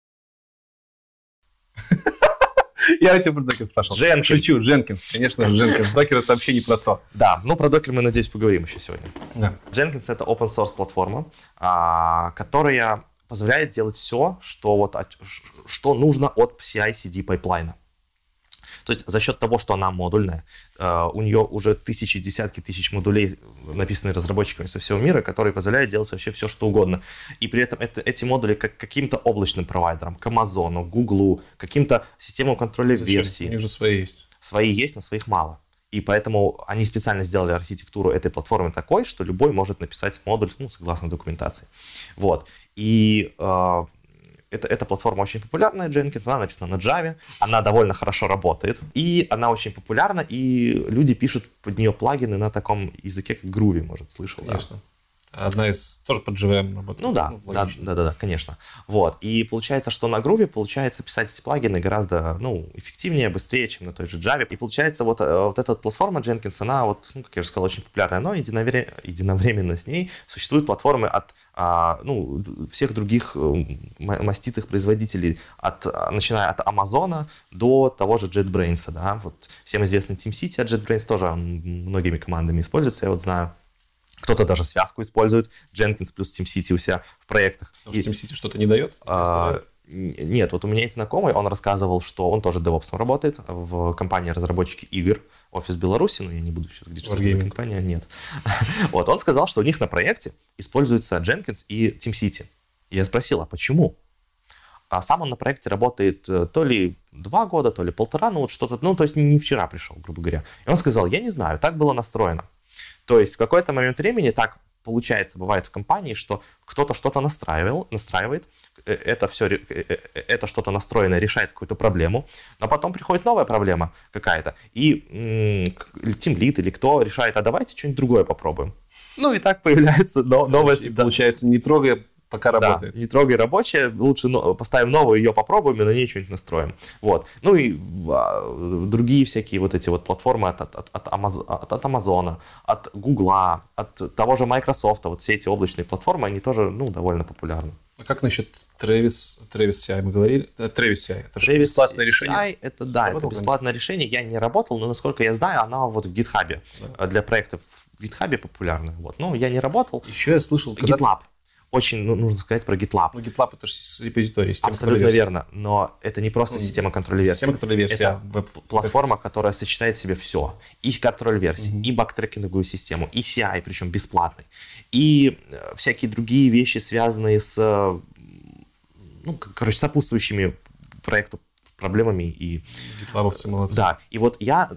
Я у тебя про Docker спрашивал. Jenkins. Шучу, Jenkins, конечно же, Jenkins. Docker это вообще не про то. Да, про Docker мы, надеюсь, поговорим еще сегодня. Да. Jenkins это open source платформа, которая позволяет делать все, что нужно от CI/CD пайплайна. То есть за счет того, что она модульная, у нее уже десятки тысяч модулей, написанные разработчиками со всего мира, которые позволяют делать вообще все, что угодно. И при этом эти модули как каким-то облачным провайдерам, к Амазону, Гуглу, каким-то системам контроля версий. У них же свои есть. Свои есть, но своих мало. И поэтому они специально сделали архитектуру этой платформы такой, что любой может написать модуль, согласно документации. Вот. И эта платформа очень популярная, Jenkins, она написана на Java, она довольно хорошо работает, и она очень популярна, и люди пишут под нее плагины на таком языке, как Groovy, может, слышал. Конечно. Да? Одна из, тоже под JVM работает. Да, конечно. Вот, и получается, что на Groovy получается писать эти плагины гораздо, эффективнее, быстрее, чем на той же Java, и получается вот эта вот платформа Jenkins, она как я уже сказал, очень популярная, но единовременно с ней существуют платформы от всех других маститых производителей, начиная от Амазона до того же JetBrains, да, вот всем известный TeamCity от JetBrains тоже многими командами используется, я вот знаю. Кто-то даже связку использует, Jenkins плюс TeamCity у себя в проектах. Потому что TeamCity что-то не дает? Нет, вот у меня есть знакомый, он рассказывал, что он тоже DevOps работает в компании разработчики игр, офис Беларуси, я не буду сейчас говорить, что это за компания, нет. Вот, он сказал, что у них на проекте используются Jenkins и TeamCity. Я спросил, а почему? А сам он на проекте работает то ли 2 года, то ли 1,5, что-то, то есть не вчера пришел, грубо говоря. И он сказал, я не знаю, так было настроено. То есть в какой-то момент времени так получается, бывает в компании, что кто-то что-то настраивает, это что-то настроенное решает какую-то проблему, но потом приходит новая проблема какая-то, и тимлид или кто решает, а давайте что-нибудь другое попробуем. И так появляется новая... И получается, не трогая пока работает. Да, не трогай рабочее, лучше поставим новую, ее попробуем и на ней что-нибудь настроим. Вот. Ну и другие всякие вот эти вот платформы от Амазона, от Гугла, от того же Microsoft, вот все эти облачные платформы, они тоже, ну, довольно популярны. А как насчет Travis CI мы говорили? Travis CI, это же бесплатное решение? CI, это бесплатное решение, я не работал, но, насколько я знаю, оно вот в GitHub, для проектов в GitHub популярно. Вот. Ну, я не работал. Еще я слышал... GitLab. Очень нужно сказать про GitLab. Ну, GitLab это же репозиторий, система Абсолютно верно, но это не просто система контроля версий. Система контроля версий. Это платформа, которая сочетает в себе все. И контроль версий, и бактрекинговую систему, и CI, причем бесплатный, и всякие другие вещи, связанные с, ну, короче, сопутствующими проекту проблемами. И GitLab'овцы молодцы. Да, и вот я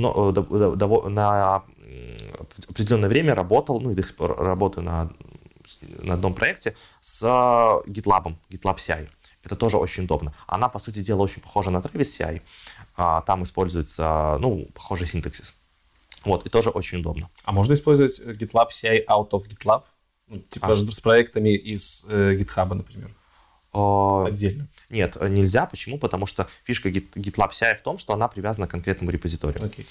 на определенное время работал, ну и до сих пор работаю на одном проекте с GitLab CI. Это тоже очень удобно. Она, по сути дела, очень похожа на Travis CI. Там используется, ну, похожий синтаксис. Вот, и тоже очень удобно. А можно использовать GitLab CI out of GitLab? Ну, типа с проектами из GitHub, например? Отдельно? Нет, нельзя. Почему? Потому что фишка GitLab CI в том, что она привязана к конкретному репозиторию. Окей.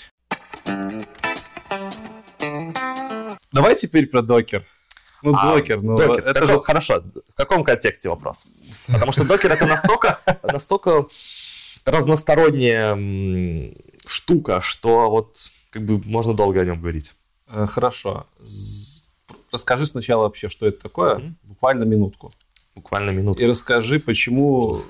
Давай теперь про Docker. Ну, Docker, ну... Docker. Это хорошо. В каком контексте вопрос? Потому что Docker это настолько разносторонняя штука, что вот как бы можно долго о нем говорить. Хорошо. Расскажи сначала вообще, что это такое, буквально минутку. Буквально минутку. И расскажи, почему...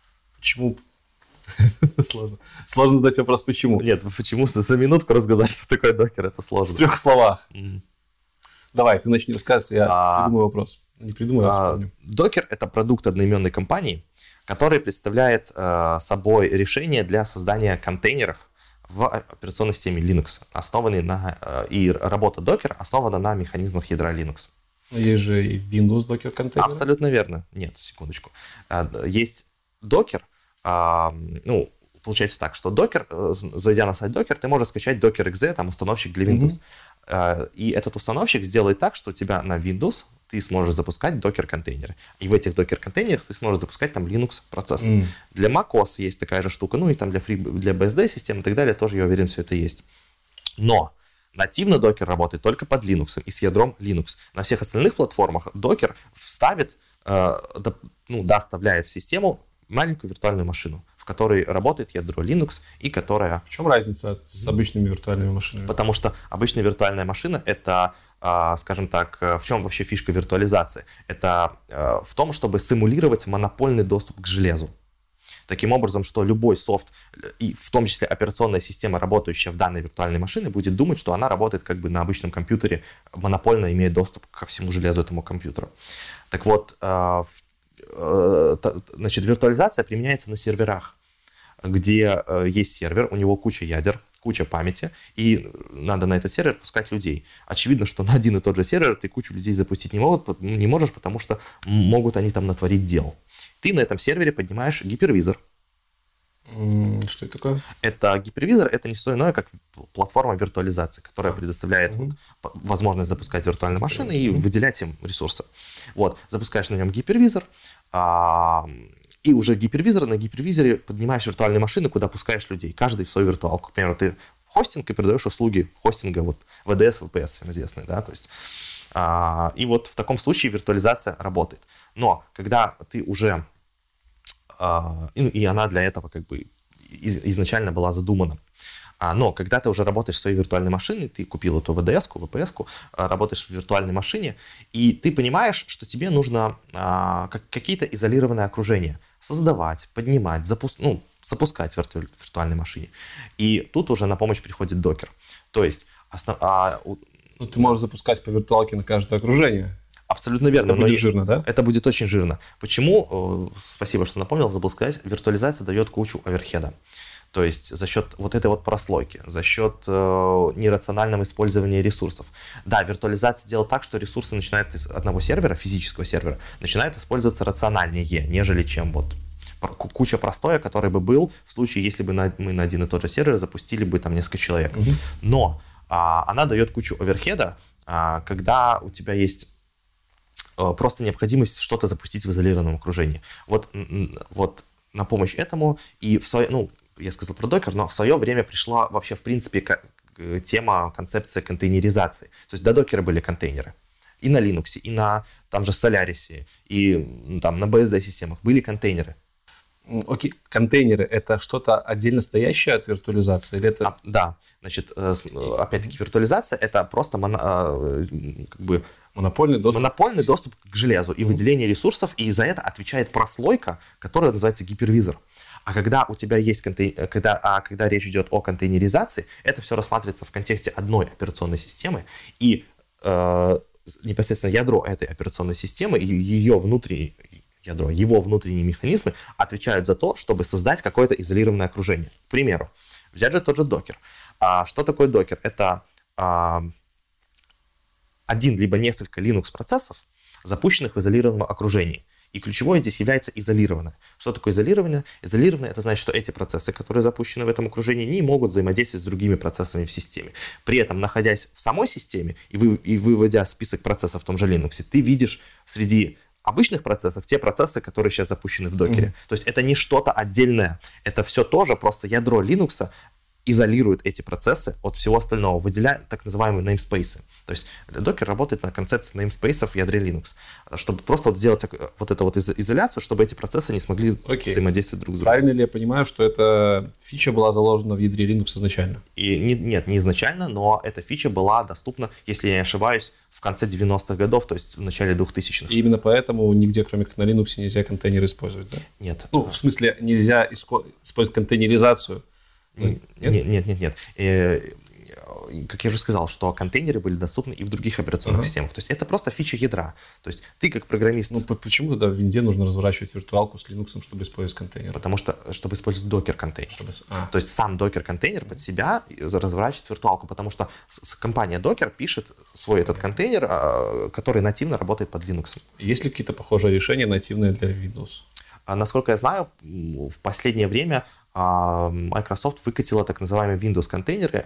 Сложно задать вопрос, почему. Нет, почему за минутку рассказать, что такое Docker, это сложно. В 3 словах. Давай, ты начни рассказывать, я придумаю вопрос. Не придумаю, а вспомню. Docker — это продукт одноименной компании, который представляет собой решение для создания контейнеров в операционной системе Linux, основанный и работа Docker основана на механизмах ядра Linux. Есть же и Windows Docker контейнеры. Абсолютно верно. Нет, секундочку. Есть Docker. Ну, получается так, что Docker, зайдя на сайт Docker, ты можешь скачать Docker.exe, там установщик для Windows. И этот установщик сделает так, что у тебя на Windows ты сможешь запускать Docker-контейнеры. И в этих Docker-контейнерах ты сможешь запускать там Linux-процессы. Для macOS есть такая же штука, ну и там для BSD-систем и так далее тоже, я уверен, все это есть. Но нативно Docker работает только под Linux и с ядром Linux. На всех остальных платформах Docker вставит, доставляет в систему маленькую виртуальную машину, в которой работает ядро Linux и которая... В чем разница с обычными виртуальными машинами? Потому что обычная виртуальная машина — это, скажем так, в чем вообще фишка виртуализации? Это в том, чтобы симулировать монопольный доступ к железу. Таким образом, что любой софт, и в том числе операционная система, работающая в данной виртуальной машине, будет думать, что она работает как бы на обычном компьютере, монопольно имея доступ ко всему железу этому компьютеру. Так вот, значит, виртуализация применяется на серверах, где есть сервер, у него куча ядер, куча памяти, и надо на этот сервер пускать людей. Очевидно, что на один и тот же сервер ты кучу людей запустить не можешь, потому что могут они там натворить дел. Ты на этом сервере поднимаешь гипервизор. Что это такое? Это гипервизор, это не что иное, как платформа виртуализации, которая предоставляет возможность запускать виртуальные машины и выделять им ресурсы. Вот, запускаешь на нем гипервизор, и уже на гипервизоре поднимаешь виртуальные машины, куда пускаешь людей, каждый в свою виртуалку. К примеру, ты хостинг и передаешь услуги хостинга, вот VDS, VPS, всем известные, да, то есть, и вот в таком случае виртуализация работает. Но когда ты уже, и она для этого как бы изначально была задумана, но когда ты уже работаешь в своей виртуальной машине, ты купил эту VDS-ку, VPS-ку, работаешь в виртуальной машине, и ты понимаешь, что тебе нужно какие-то изолированные окружения создавать, поднимать, запускать в виртуальной машине. И тут уже на помощь приходит Docker. То есть... ты можешь запускать по виртуалке на каждое окружение. Абсолютно верно. Это будет жирно, да? Это будет очень жирно. Почему? Спасибо, что напомнил, забыл сказать. Виртуализация дает кучу оверхеда. То есть за счет вот этой вот прослойки, за счет нерационального использования ресурсов. Да, виртуализация делает так, что ресурсы начинают из одного сервера, физического сервера, начинают использоваться рациональнее, нежели чем вот куча простоя, который бы был в случае, если бы мы на один и тот же сервер запустили бы там несколько человек. Но она дает кучу оверхеда, когда у тебя есть просто необходимость что-то запустить в изолированном окружении. Вот на помощь этому и я сказал про докер, но в свое время пришла вообще в принципе концепция контейнеризации. То есть до докера были контейнеры. И на Linux, и на там же Solaris, и там на BSD-системах были контейнеры. Окей, контейнеры — это что-то отдельно стоящее от виртуализации? Или это... Да, значит, опять-таки виртуализация — это просто монопольный доступ к железу и выделение ресурсов, и за это отвечает прослойка, которая называется гипервизор. А когда у тебя есть когда речь идет о контейнеризации, это все рассматривается в контексте одной операционной системы, и непосредственно ядро этой операционной системы и его внутренние механизмы отвечают за то, чтобы создать какое-то изолированное окружение. К примеру, взять же тот же докер. Что такое докер? Это один либо несколько Linux-процессов, запущенных в изолированном окружении. И ключевое здесь является изолированное. Что такое изолированное? Изолированное — это значит, что эти процессы, которые запущены в этом окружении, не могут взаимодействовать с другими процессами в системе. При этом, находясь в самой системе и выводя список процессов в том же Linux, ты видишь среди обычных процессов те процессы, которые сейчас запущены в докере. То есть это не что-то отдельное. Это все тоже просто ядро Linux изолирует эти процессы от всего остального, выделяя так называемые namespace. То есть докер работает на концепции namespace в ядре Linux, чтобы просто сделать эту изоляцию, чтобы эти процессы не смогли взаимодействовать друг с другом. Правильно ли я понимаю, что эта фича была заложена в ядре Linux изначально? Нет, не изначально, но эта фича была доступна, если я не ошибаюсь, в конце 90-х годов, то есть в начале 2000-х. И именно поэтому нигде, кроме как на Linux, нельзя контейнеры использовать, да? Нет. В смысле, нельзя использовать контейнеризацию? Нет. Как я уже сказал, что контейнеры были доступны и в других операционных системах. То есть это просто фича ядра. То есть ты как программист... Почему тогда в винде нужно разворачивать виртуалку с Linux, чтобы использовать контейнер? Потому что, чтобы использовать докер-контейнер. То есть сам докер-контейнер под себя разворачивает виртуалку, потому что компания Docker пишет свой этот контейнер, который нативно работает под Linux. Есть ли какие-то похожие решения нативные для Windows? Насколько я знаю, в последнее время Microsoft выкатила так называемые Windows-контейнеры,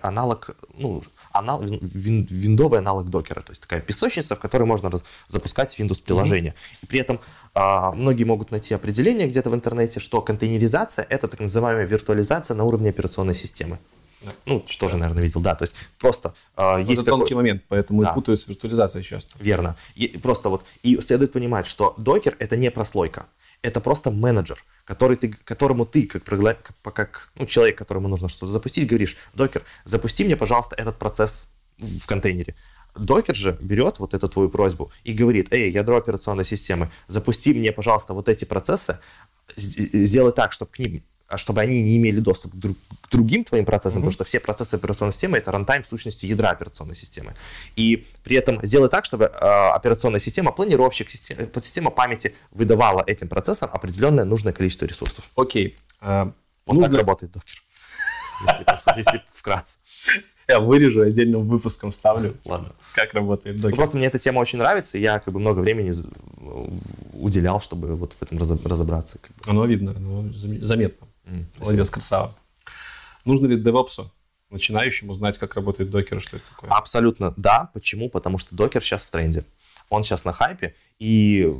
виндовый аналог докера, то есть такая песочница, в которой можно запускать Windows-приложения. И при этом многие могут найти определение где-то в интернете, что контейнеризация — это так называемая виртуализация на уровне операционной системы. Тоже, наверное, видел, да, то есть просто есть это тонкий момент, поэтому и путают с виртуализацией часто. Верно. И следует понимать, что докер — это не прослойка, это просто менеджер, которому ты, как человек, которому нужно что-то запустить, говоришь: докер, запусти мне, пожалуйста, этот процесс в контейнере. Докер же берет вот эту твою просьбу и говорит: эй, ядро операционной системы, запусти мне, пожалуйста, вот эти процессы, сделай так, чтобы они не имели доступ к другим твоим процессам, потому что все процессы операционной системы — это рантайм в сущности ядра операционной системы. И при этом сделай так, чтобы операционная система, планировщик, подсистема памяти выдавала этим процессам определенное нужное количество ресурсов. Окей. Так работает докер, если вкратце. Я вырежу, отдельным выпуском ставлю. Ладно. Как работает докер. Просто мне эта тема очень нравится, и я много времени уделял, чтобы вот в этом разобраться. Оно видно, оно заметно. Молодец, красава. Нужно ли девопсу, начинающему, знать, как работает докер и что это такое? Абсолютно да. Почему? Потому что докер сейчас в тренде. Он сейчас на хайпе, и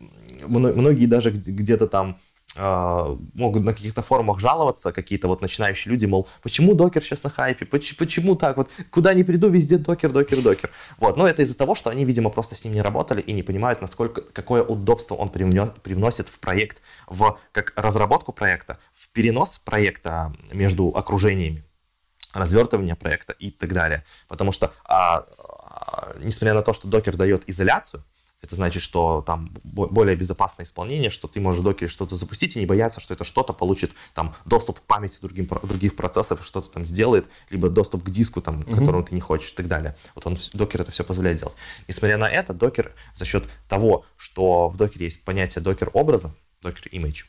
многие даже где-то там могут на каких-то форумах жаловаться, какие-то вот начинающие люди, мол, почему докер сейчас на хайпе, почему так вот, куда ни приду, везде докер. Вот, но это из-за того, что они, видимо, просто с ним не работали и не понимают, какое удобство он привносит в проект, как разработку проекта, в перенос проекта между окружениями, развертывание проекта и так далее. Потому что, несмотря на то, что докер дает изоляцию, это значит, что там более безопасное исполнение, что ты можешь в докере что-то запустить и не бояться, что это что-то получит там доступ к памяти других процессов, что-то там сделает, либо доступ к диску, там, которому ты не хочешь и так далее. Вот докер это все позволяет делать. Несмотря на это, докер за счет того, что в докере есть понятие докер-образа, докер-image,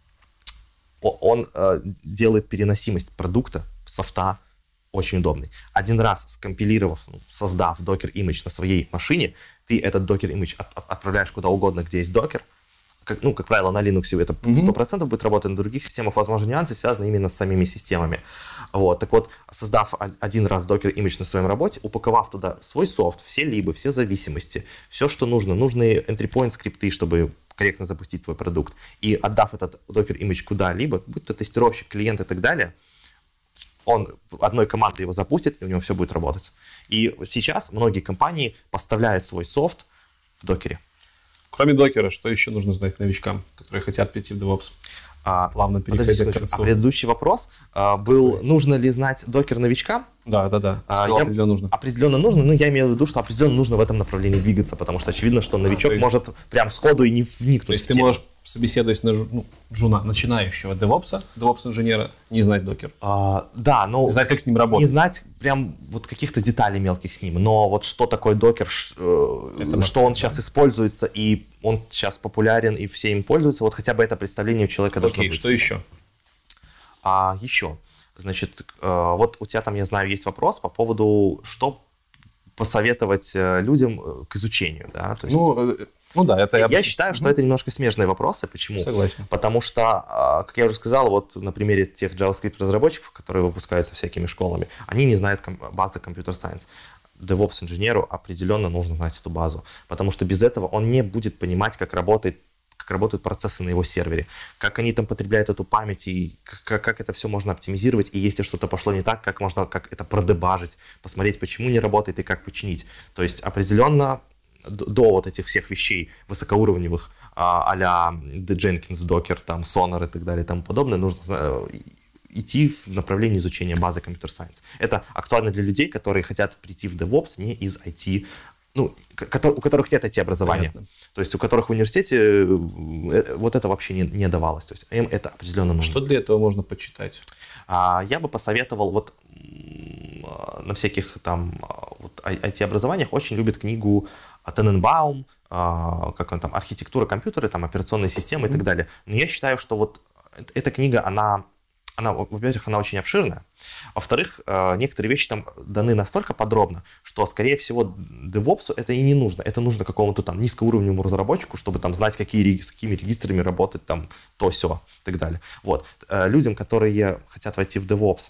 он делает переносимость продукта, софта, очень удобный. Один раз скомпилировав, создав Docker Image на своей машине, ты этот Docker Image отправляешь куда угодно, где есть Docker, как правило, на Linux это 100% будет работать, на других системах, возможно, нюансы связаны именно с самими системами. Вот. Так вот, создав один раз Docker Image на своем работе, упаковав туда свой софт, все либо, все зависимости, все, что нужно, нужные entry point скрипты, чтобы корректно запустить твой продукт, и отдав этот Docker Image куда-либо, будь то тестировщик, клиент и так далее, он одной командой его запустит, и у него все будет работать. И сейчас многие компании поставляют свой софт в докере. Кроме докера, что еще нужно знать новичкам, которые хотят перейти в DevOps? Плавно переходя к концу. Предыдущий вопрос был, нужно ли знать докер новичкам? Да. Определенно нужно. Определенно нужно, но я имею в виду, что определенно нужно в этом направлении двигаться, потому что очевидно, что новичок может прям сходу и не вникнуть. То есть ты можешь, собеседуясь на джуна, начинающего DevOps-инженера, не знать докер. Да, но... Знать, как с ним работать. Не знать прям вот каких-то деталей мелких с ним, но вот что такое докер, что он сейчас используется, и он сейчас популярен, и все им пользуются, вот хотя бы это представление у человека должно быть. Окей, что еще? Еще. Значит, вот у тебя там, я знаю, есть вопрос по поводу, что посоветовать людям к изучению, да? То есть, я считаю, что это немножко смежные вопросы. Почему? Согласен. Потому что, как я уже сказал, вот на примере тех JavaScript-разработчиков, которые выпускаются всякими школами, они не знают базы Computer Science. DevOps-инженеру определенно нужно знать эту базу, потому что без этого он не будет понимать, как работают процессы на его сервере, как они там потребляют эту память, и как это все можно оптимизировать, и если что-то пошло не так, как это продебажить, посмотреть, почему не работает и как починить. То есть определенно до вот этих всех вещей высокоуровневых, а-ля Jenkins, Docker, там, Sonar и так далее и тому подобное, нужно идти в направлении изучения базы Computer Science. Это актуально для людей, которые хотят прийти в DevOps не из IT, у которых нет IT-образования. Понятно. То есть у которых в университете вот это вообще не давалось. То есть им это определенно нужно. Что для этого можно почитать? Я бы посоветовал на всяких там IT-образованиях очень любят книгу Тененбаум, как он там, архитектура компьютера, там, операционные системы и так далее. Но я считаю, что вот эта книга, она, во-первых, она очень обширная. Во-вторых, некоторые вещи там даны настолько подробно, что, скорее всего, DevOps это и не нужно. Это нужно какому-то там низкоуровневому разработчику, чтобы там знать, с какими регистрами работать, там, то-сё и так далее. Вот. Людям, которые хотят войти в DevOps,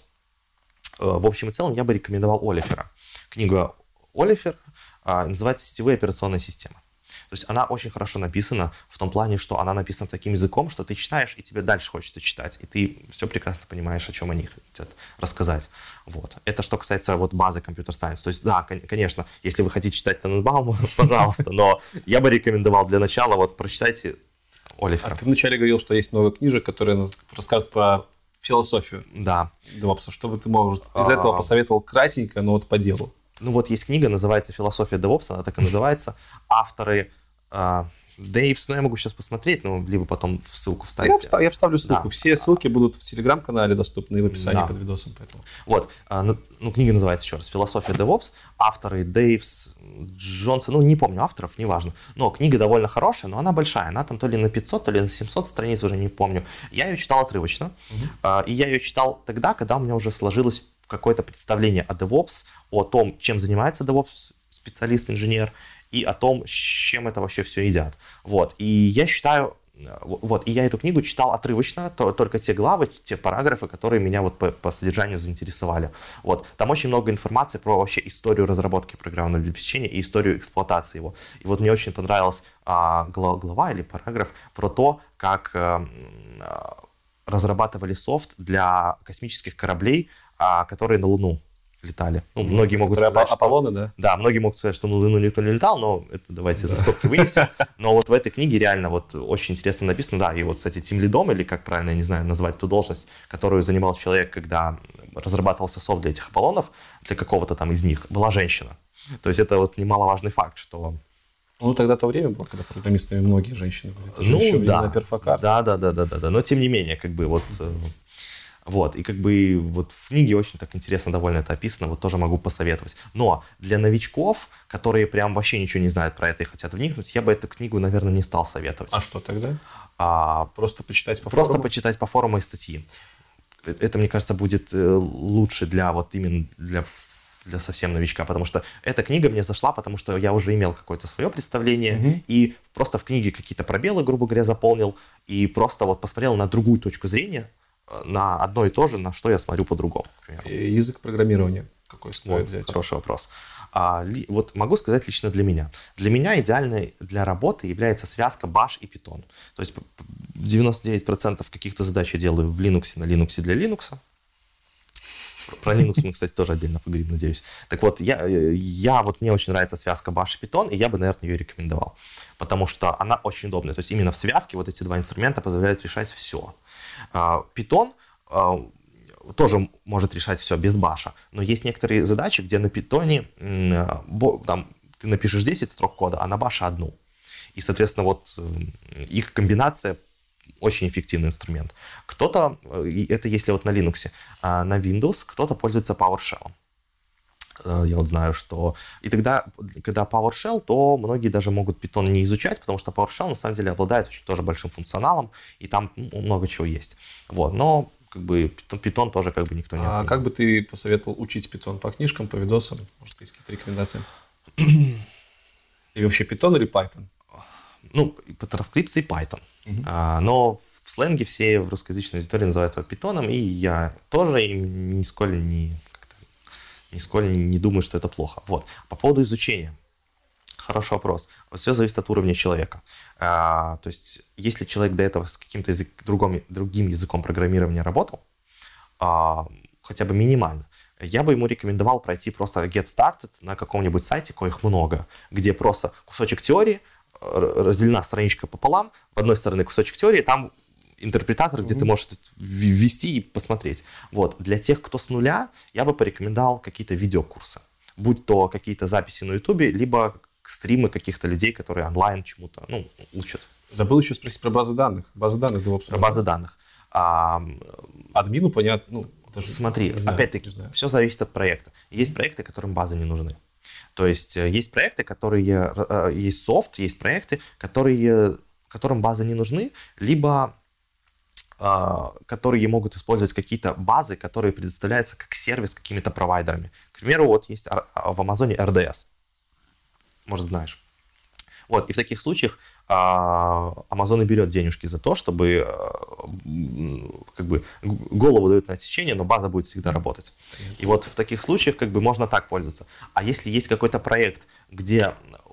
в общем и целом, я бы рекомендовал Олифера. Книга Олифера называется «Сетевые операционные системы». То есть она очень хорошо написана в том плане, что она написана таким языком, что ты читаешь, и тебе дальше хочется читать, и ты все прекрасно понимаешь, о чем они хотят рассказать. Вот. Это что касается вот базы Computer Science. То есть, да, конечно, если вы хотите читать Тененбаума, пожалуйста, но я бы рекомендовал для начала вот прочитайте Олифера. А ты вначале говорил, что есть много книжек, которые расскажут про философию DevOps. Что бы ты, может, из этого посоветовал кратенько, но вот по делу? Ну вот есть книга, называется «Философия DevOps», она так и называется. Авторы Дейвс, я могу сейчас посмотреть, либо потом в ссылку вставить. Я вставлю ссылку. Да. Все ссылки будут в Телеграм-канале доступны и в описании под видосом. Поэтому. Вот, книга называется еще раз «Философия DevOps». Авторы Дейвс, Джонсон, не помню авторов, неважно. Но книга довольно хорошая, но она большая. Она там то ли на 500, то ли на 700 страниц, уже не помню. Я ее читал отрывочно. И я ее читал тогда, когда у меня уже сложилось какое-то представление о DevOps, о том, чем занимается DevOps специалист, инженер, и о том, с чем это вообще все едят. Вот. И я считаю, и я эту книгу читал отрывочно, только те главы, те параграфы, которые меня вот по содержанию заинтересовали. Вот. Там очень много информации про вообще историю разработки программного обеспечения и историю эксплуатации его. И вот мне очень понравилась глава или параграф про то, как разрабатывали софт для космических кораблей, которые на Луну летали. Многие могут сказать, Аполлоны, да? Да, многие могут сказать, что на Луну никто не летал, но это давайте за скобки вынесем. Но вот в этой книге реально вот очень интересно написано, да, и вот, кстати, тимлидом, или как правильно, я не знаю, назвать ту должность, которую занимал человек, когда разрабатывался софт для этих Аполлонов, для какого-то там из них, была женщина. То есть это вот немаловажный факт, что... тогда то время было, когда программистами многие женщины были. Это же еще да. На перфокарте. Да, но тем не менее, как бы вот... Вот, и как бы вот в книге очень так интересно довольно это описано, вот тоже могу посоветовать. Но для новичков, которые прям вообще ничего не знают про это и хотят вникнуть, я бы эту книгу, наверное, не стал советовать. А что тогда? Просто почитать по форуму? Просто почитать по форуму и статьи. Это, мне кажется, будет лучше для вот именно для для совсем новичка, потому что эта книга мне зашла, потому что я уже имел какое-то свое представление, и просто в книге какие-то пробелы, грубо говоря, заполнил, и просто вот посмотрел на другую точку зрения, на одно и то же, на что я смотрю по-другому. Язык программирования какой стоит взять? Хороший вопрос. Вот могу сказать лично для меня. Для меня идеальной для работы является связка Bash и Python. То есть 99% каких-то задач я делаю в Linux, на Linux для Linux. Про Linux мы, кстати, тоже отдельно поговорим, надеюсь. Так вот, мне очень нравится связка Bash и Python, и я бы, наверное, ее рекомендовал. Потому что она очень удобная. То есть именно в связке вот эти два инструмента позволяют решать все. Python тоже может решать все без баша, но есть некоторые задачи, где на питоне там, ты напишешь 10 строк кода, а на баше одну. И, соответственно, вот их комбинация очень эффективный инструмент. Кто-то, это если вот на Linux, на Windows, кто-то пользуется PowerShell. Я вот знаю, что... И тогда, когда PowerShell, то многие даже могут Python не изучать, потому что PowerShell на самом деле обладает очень тоже большим функционалом, и там много чего есть. Вот, но как бы Python тоже как бы никто не отменял. А как бы ты посоветовал учить Python? По книжкам, по видосам? Может, есть какие-то рекомендации? И вообще Python или Python? Ну, по транскрипции Python. Но в сленге все в русскоязычной аудитории называют его Python, и я тоже им нисколько не думаю, что это плохо. Вот. По поводу изучения. Хороший вопрос. Все зависит от уровня человека. То есть, если человек до этого с каким-то другим языком программирования работал, хотя бы минимально, я бы ему рекомендовал пройти просто Get Started на каком-нибудь сайте, коих много, где просто кусочек теории, разделена страничка пополам, в одной стороне кусочек теории, там интерпретатор, где ты можешь это ввести и посмотреть. Вот. Для тех, кто с нуля, я бы порекомендовал какие-то видеокурсы. Будь то какие-то записи на Ютубе, либо стримы каких-то людей, которые онлайн чему-то учат. Забыл еще спросить про базы данных. Базы данных DevOps. Про базы данных. Админу понятно. Даже смотри, опять-таки, все зависит от проекта. Есть проекты, которым базы не нужны. То есть есть проекты, есть софт, есть проекты, которым базы не нужны, либо которые могут использовать какие-то базы, которые предоставляются как сервис какими-то провайдерами. К примеру, вот есть в Амазоне RDS. Может, знаешь. Вот, и в таких случаях Amazon и берет денежки за то, чтобы как бы голову дают на отсечение, но база будет всегда работать. И вот в таких случаях как бы можно так пользоваться. А если есть какой-то проект, где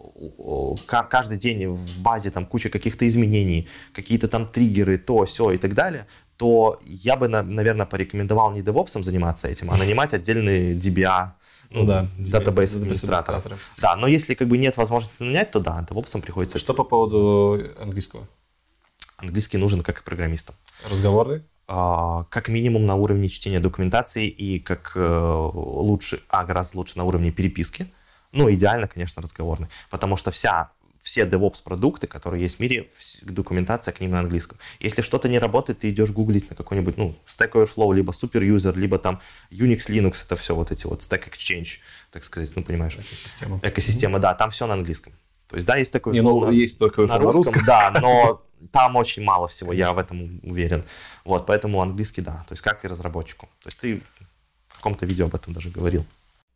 каждый день в базе там куча каких-то изменений, какие-то там триггеры, то, сё и так далее, то я бы, наверное, порекомендовал не DevOps заниматься этим, а нанимать отдельный DBA, database администратора. Да, но если как бы нет возможности нанять, то да, DevOps приходится... Что по поводу английского? Английский нужен как и программистам. Разговорный? Как минимум на уровне чтения документации и как гораздо лучше на уровне переписки. Ну, идеально, конечно, разговорный, потому что все DevOps-продукты, которые есть в мире, документация к ним на английском. Если что-то не работает, ты идешь гуглить на какой-нибудь, Stack Overflow, либо SuperUser, либо там Unix, Linux, это все вот эти вот Stack Exchange, так сказать, понимаешь? Экосистема, да, там все на английском. То есть, да, есть такой есть только на русском, да, но там очень мало всего, я в этом уверен. Вот, поэтому английский, да, то есть как и разработчику. То есть ты в каком-то видео об этом даже говорил.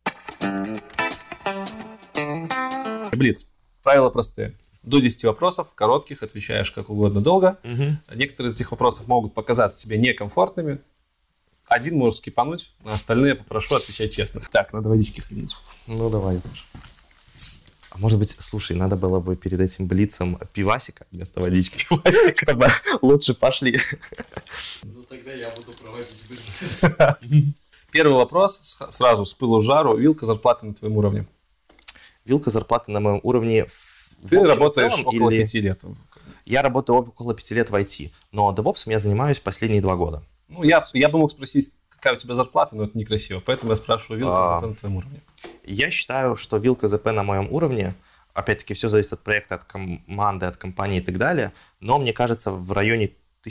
Блиц. Правила простые. До 10 вопросов, коротких, отвечаешь как угодно долго. Некоторые из этих вопросов могут показаться тебе некомфортными. Один можешь скипануть, а остальные попрошу отвечать честно. Так, надо водички хлебнуть. Ну, давай. А может быть, слушай, надо было бы перед этим блицем пивасика вместо водички. Пивасика, лучше пошли. Ну, тогда я буду проводить блиц. Первый вопрос, сразу с пылу с жару. Вилка зарплаты на твоем уровне. Вилка зарплаты на моем уровне. Ты работаешь около 5 лет. Я работаю около 5 лет в IT, но DevOps я занимаюсь последние 2 года. Ну, я бы мог спросить, какая у тебя зарплата, но это некрасиво, поэтому я спрашиваю вилка ЗП на твоем уровне. Я считаю, что вилка ЗП на моем уровне, опять-таки, все зависит от проекта, от команды, от компании и так далее, но мне кажется, в районе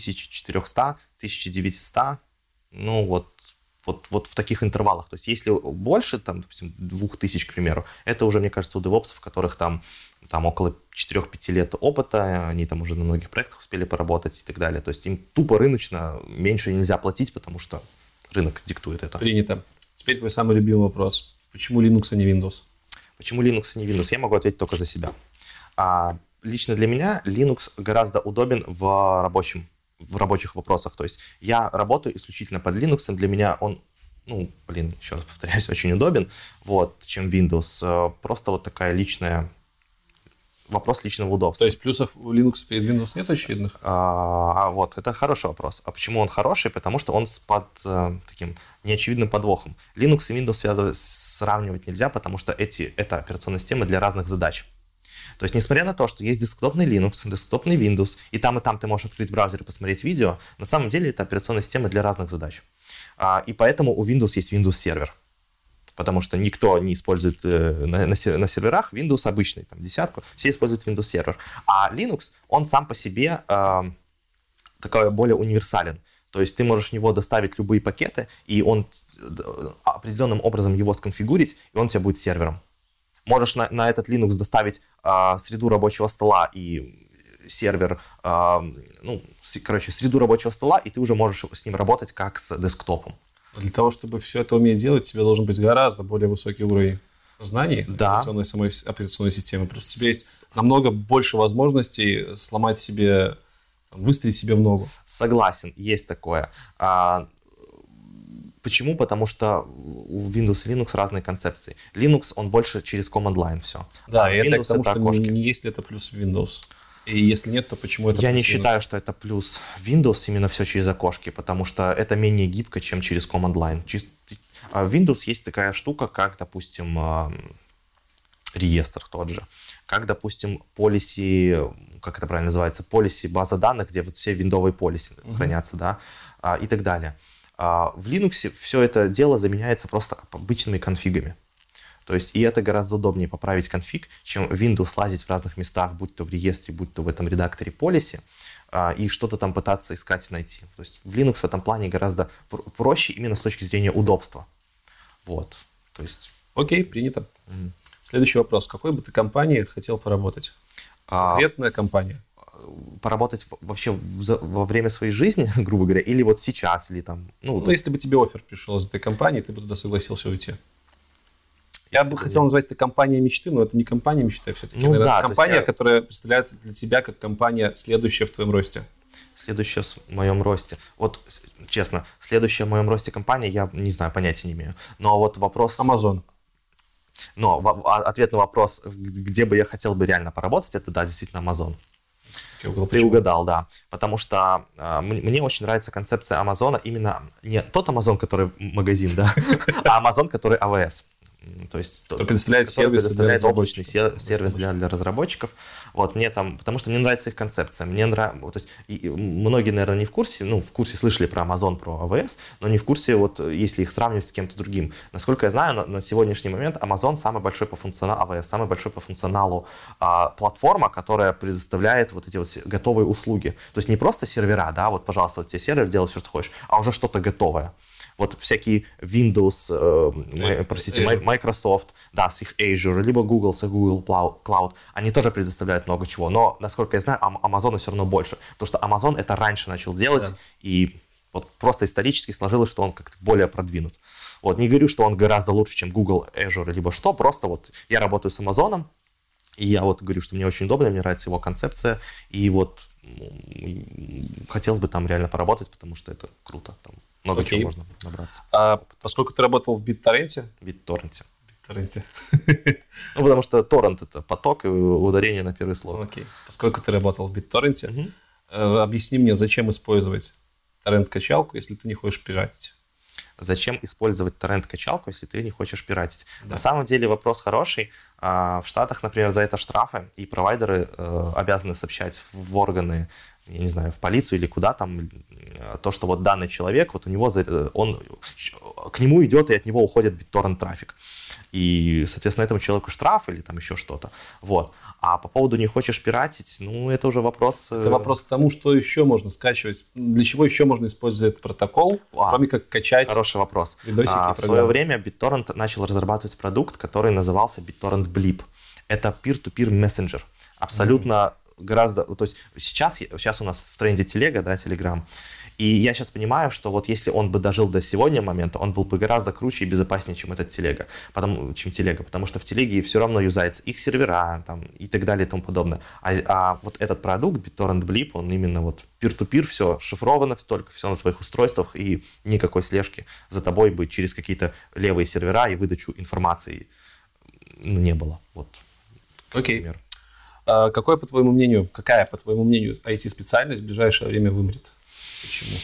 1400-1900, вот в таких интервалах. То есть, если больше, там, допустим, 2000, к примеру, это уже, мне кажется, у девопсов, у которых там около 4-5 лет опыта, они там уже на многих проектах успели поработать и так далее. То есть, им тупо рыночно меньше нельзя платить, потому что рынок диктует это. Принято. Теперь твой самый любимый вопрос. Почему Linux, а не Windows? Почему Linux, а не Windows? Я могу ответить только за себя. Лично для меня Linux гораздо удобен в рабочих вопросах. То есть я работаю исключительно под Linux, для меня он, еще раз повторяюсь, очень удобен, чем Windows. Просто вот такая вопрос личного удобства. То есть плюсов у Linux перед Windows нет очевидных? Это хороший вопрос. А почему он хороший? Потому что он под таким неочевидным подвохом. Linux и Windows сравнивать нельзя, потому что это операционные системы для разных задач. То есть, несмотря на то, что есть десктопный Linux, десктопный Windows, и там ты можешь открыть браузер и посмотреть видео, на самом деле это операционные системы для разных задач. И поэтому у Windows есть Windows сервер. Потому что никто не использует на серверах Windows обычный, там, 10, все используют Windows сервер. А Linux, он сам по себе такой более универсален. То есть ты можешь в него доставить любые пакеты, и он определенным образом его сконфигурить, и он у тебя будет сервером. Можешь на этот Linux доставить среду рабочего стола и сервер, среду рабочего стола, и ты уже можешь с ним работать как с десктопом. Для того, чтобы все это уметь делать, тебе должен быть гораздо более высокий уровень знаний операционной системы. Просто у тебя есть намного больше возможностей сломать себе, выстрелить себе в ногу. Согласен, есть такое. Почему? Потому что у Windows и Linux разные концепции. Linux, он больше через command line все. Да, и это потому что не есть ли это плюс Windows. И если нет, то почему это? Я не считаю, что это плюс Windows, именно все через окошки, потому что это менее гибко, чем через command line. В Windows есть такая штука, как, допустим, реестр тот же, как, допустим, policy, как это правильно называется, policy база данных, где вот все виндовые policy хранятся, да, и так далее. В Linux все это дело заменяется просто обычными конфигами. То есть, и это гораздо удобнее поправить конфиг, чем в Windows лазить в разных местах, будь то в реестре, будь то в этом редакторе policy, и что-то там пытаться искать и найти. То есть в Linux в этом плане гораздо проще именно с точки зрения удобства. То есть... Окей, принято. Следующий вопрос. В какой бы ты компании хотел поработать? Конкретная компания. Поработать вообще во время своей жизни, грубо говоря, или вот сейчас, или там... Если бы тебе оффер пришел из этой компании, ты бы туда согласился уйти. Я бы хотел назвать это компанией мечты, но это не компания мечты, а все-таки компания, которая представляется для тебя как компания, следующая в твоем росте. Следующая в моем росте. Вот, честно, следующая в моем росте компания, я не знаю, понятия не имею. Но вот вопрос... Amazon. Но ответ на вопрос, где бы я хотел бы реально поработать, это, да, действительно Amazon. Ты угадал, да. Потому что мне очень нравится концепция Амазона, именно не тот Amazon, который магазин, да, а Amazon, который AWS. То есть, который предоставляет облачный сервис для разработчиков. Потому что мне нравится их концепция. То есть, многие, наверное, не в курсе, в курсе слышали про Amazon, про AWS, но не в курсе, если их сравнивать с кем-то другим. Насколько я знаю, на сегодняшний момент Amazon самый большой по функционалу, AWS самый большой по функционалу платформа, которая предоставляет вот эти вот готовые услуги. То есть не просто сервера, да, пожалуйста, тебе сервер, делай все, что хочешь, а уже что-то готовое. Всякие Windows, Microsoft, да, с их Azure, либо Google с их Google Cloud, они тоже предоставляют много чего. Но, насколько я знаю, Amazon все равно больше. Потому что Amazon это раньше начал делать, да. И просто исторически сложилось, что он как-то более продвинут. Не говорю, что он гораздо лучше, чем Google, Azure, либо что, просто я работаю с Amazon, и я говорю, что мне очень удобно, мне нравится его концепция, и хотелось бы там реально поработать, потому что это круто, там много чего можно набраться. А поскольку ты работал в BitTorrent? BitTorrent. Потому что торрент это поток и ударение на первый слог. Окей. Поскольку ты работал в BitTorrent, объясни мне, зачем использовать торрент-качалку, если ты не хочешь пиратить? Зачем использовать торрент-качалку, если ты не хочешь пиратить? Да. На самом деле вопрос хороший. В Штатах, например, за это штрафы, и провайдеры обязаны сообщать в органы, я не знаю, в полицию или куда там, то, что данный человек, к нему идет и от него уходит BitTorrent трафик. И, соответственно, этому человеку штраф или там еще что-то. А по поводу не хочешь пиратить, это уже вопрос... Это вопрос к тому, что еще можно скачивать, для чего еще можно использовать этот протокол, кроме как качать. Хороший вопрос. Видосики в свое время BitTorrent начал разрабатывать продукт, который назывался BitTorrent Blip. Это peer-to-peer мессенджер. Абсолютно гораздо... То есть сейчас у нас в тренде телега, да, Telegram, И я сейчас понимаю, что вот если он бы дожил до сегодня момента, он был бы гораздо круче и безопаснее, чем этот телега. Чем телега, потому что в телеге все равно юзаются их сервера там, и так далее и тому подобное. А вот этот продукт, BitTorrent Blip, он именно вот peer-to-peer, все шифровано только, все на твоих устройствах, и никакой слежки за тобой бы через какие-то левые сервера и выдачу информации не было. Вот. Окей. Например. Какая, по твоему мнению, IT-специальность в ближайшее время вымрет? Почему?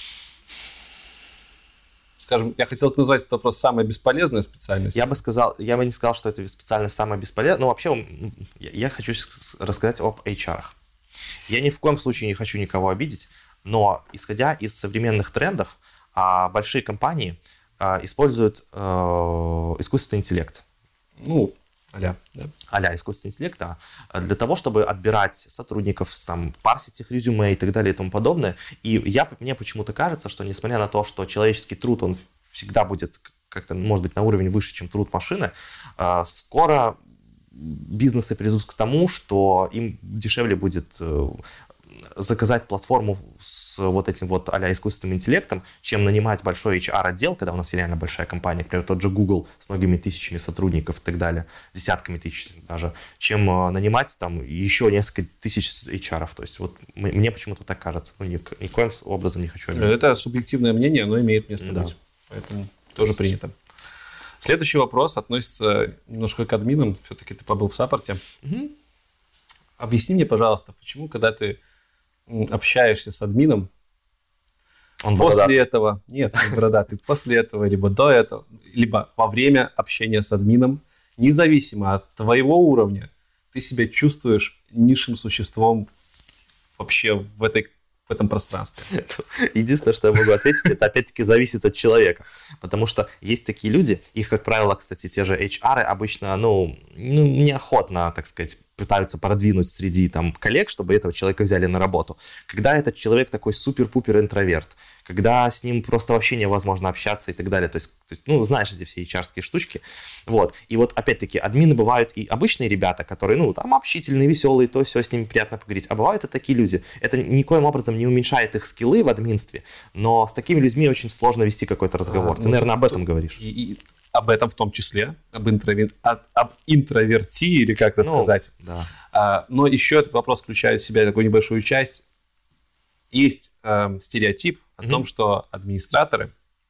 Скажем, я хотел назвать этот вопрос самая бесполезная специальность. Я бы не сказал, что это специальность самая бесполезная. Но вообще я хочу рассказать об HR. Я ни в коем случае не хочу никого обидеть, но исходя из современных трендов, большие компании используют искусственный интеллект. Ну, а-ля искусственный интеллект, да, для того, чтобы отбирать сотрудников, там, парсить их резюме и так далее и тому подобное. И мне почему-то кажется, что несмотря на то, что человеческий труд, он всегда будет как-то, может быть, на уровень выше, чем труд машины, скоро бизнесы придут к тому, что им дешевле будет заказать платформу с вот этим вот а-ля искусственным интеллектом, чем нанимать большой HR-отдел, когда у нас реально большая компания, например, тот же Google с многими тысячами сотрудников и так далее, десятками тысяч даже, чем нанимать там еще несколько тысяч HR-ов. То есть вот мне почему-то так кажется. Ну, никоим образом не хочу обидеть. Это субъективное мнение, оно имеет место быть. Поэтому тоже принято. Следующий вопрос относится немножко к админам. Все-таки ты побыл в саппорте. Угу. Объясни мне, пожалуйста, почему, когда ты общаешься с админом, он после этого, нет, не бородатый, после этого, либо до этого, либо во время общения с админом, независимо от твоего уровня, ты себя чувствуешь низшим существом вообще в этом пространстве. Единственное, что я могу ответить, это опять-таки зависит от человека. Потому что есть такие люди, их, как правило, кстати, те же HR обычно, неохотно, так сказать, пытаются продвинуть среди там коллег, чтобы этого человека взяли на работу. Когда этот человек такой супер-пупер интроверт, когда с ним просто вообще невозможно общаться и так далее. То есть знаешь эти все HR-ские штучки. Вот. И вот опять-таки админы бывают и обычные ребята, которые, там общительные, веселые, то все, с ними приятно поговорить. А бывают и такие люди. Это никоим образом не уменьшает их скиллы в админстве, но с такими людьми очень сложно вести какой-то разговор. Ты, наверное, об этом говоришь. И об этом в том числе, об интроверти, или как это сказать. Да. Но еще этот вопрос включает в себя такую небольшую часть. Есть стереотип о том, что администраторы,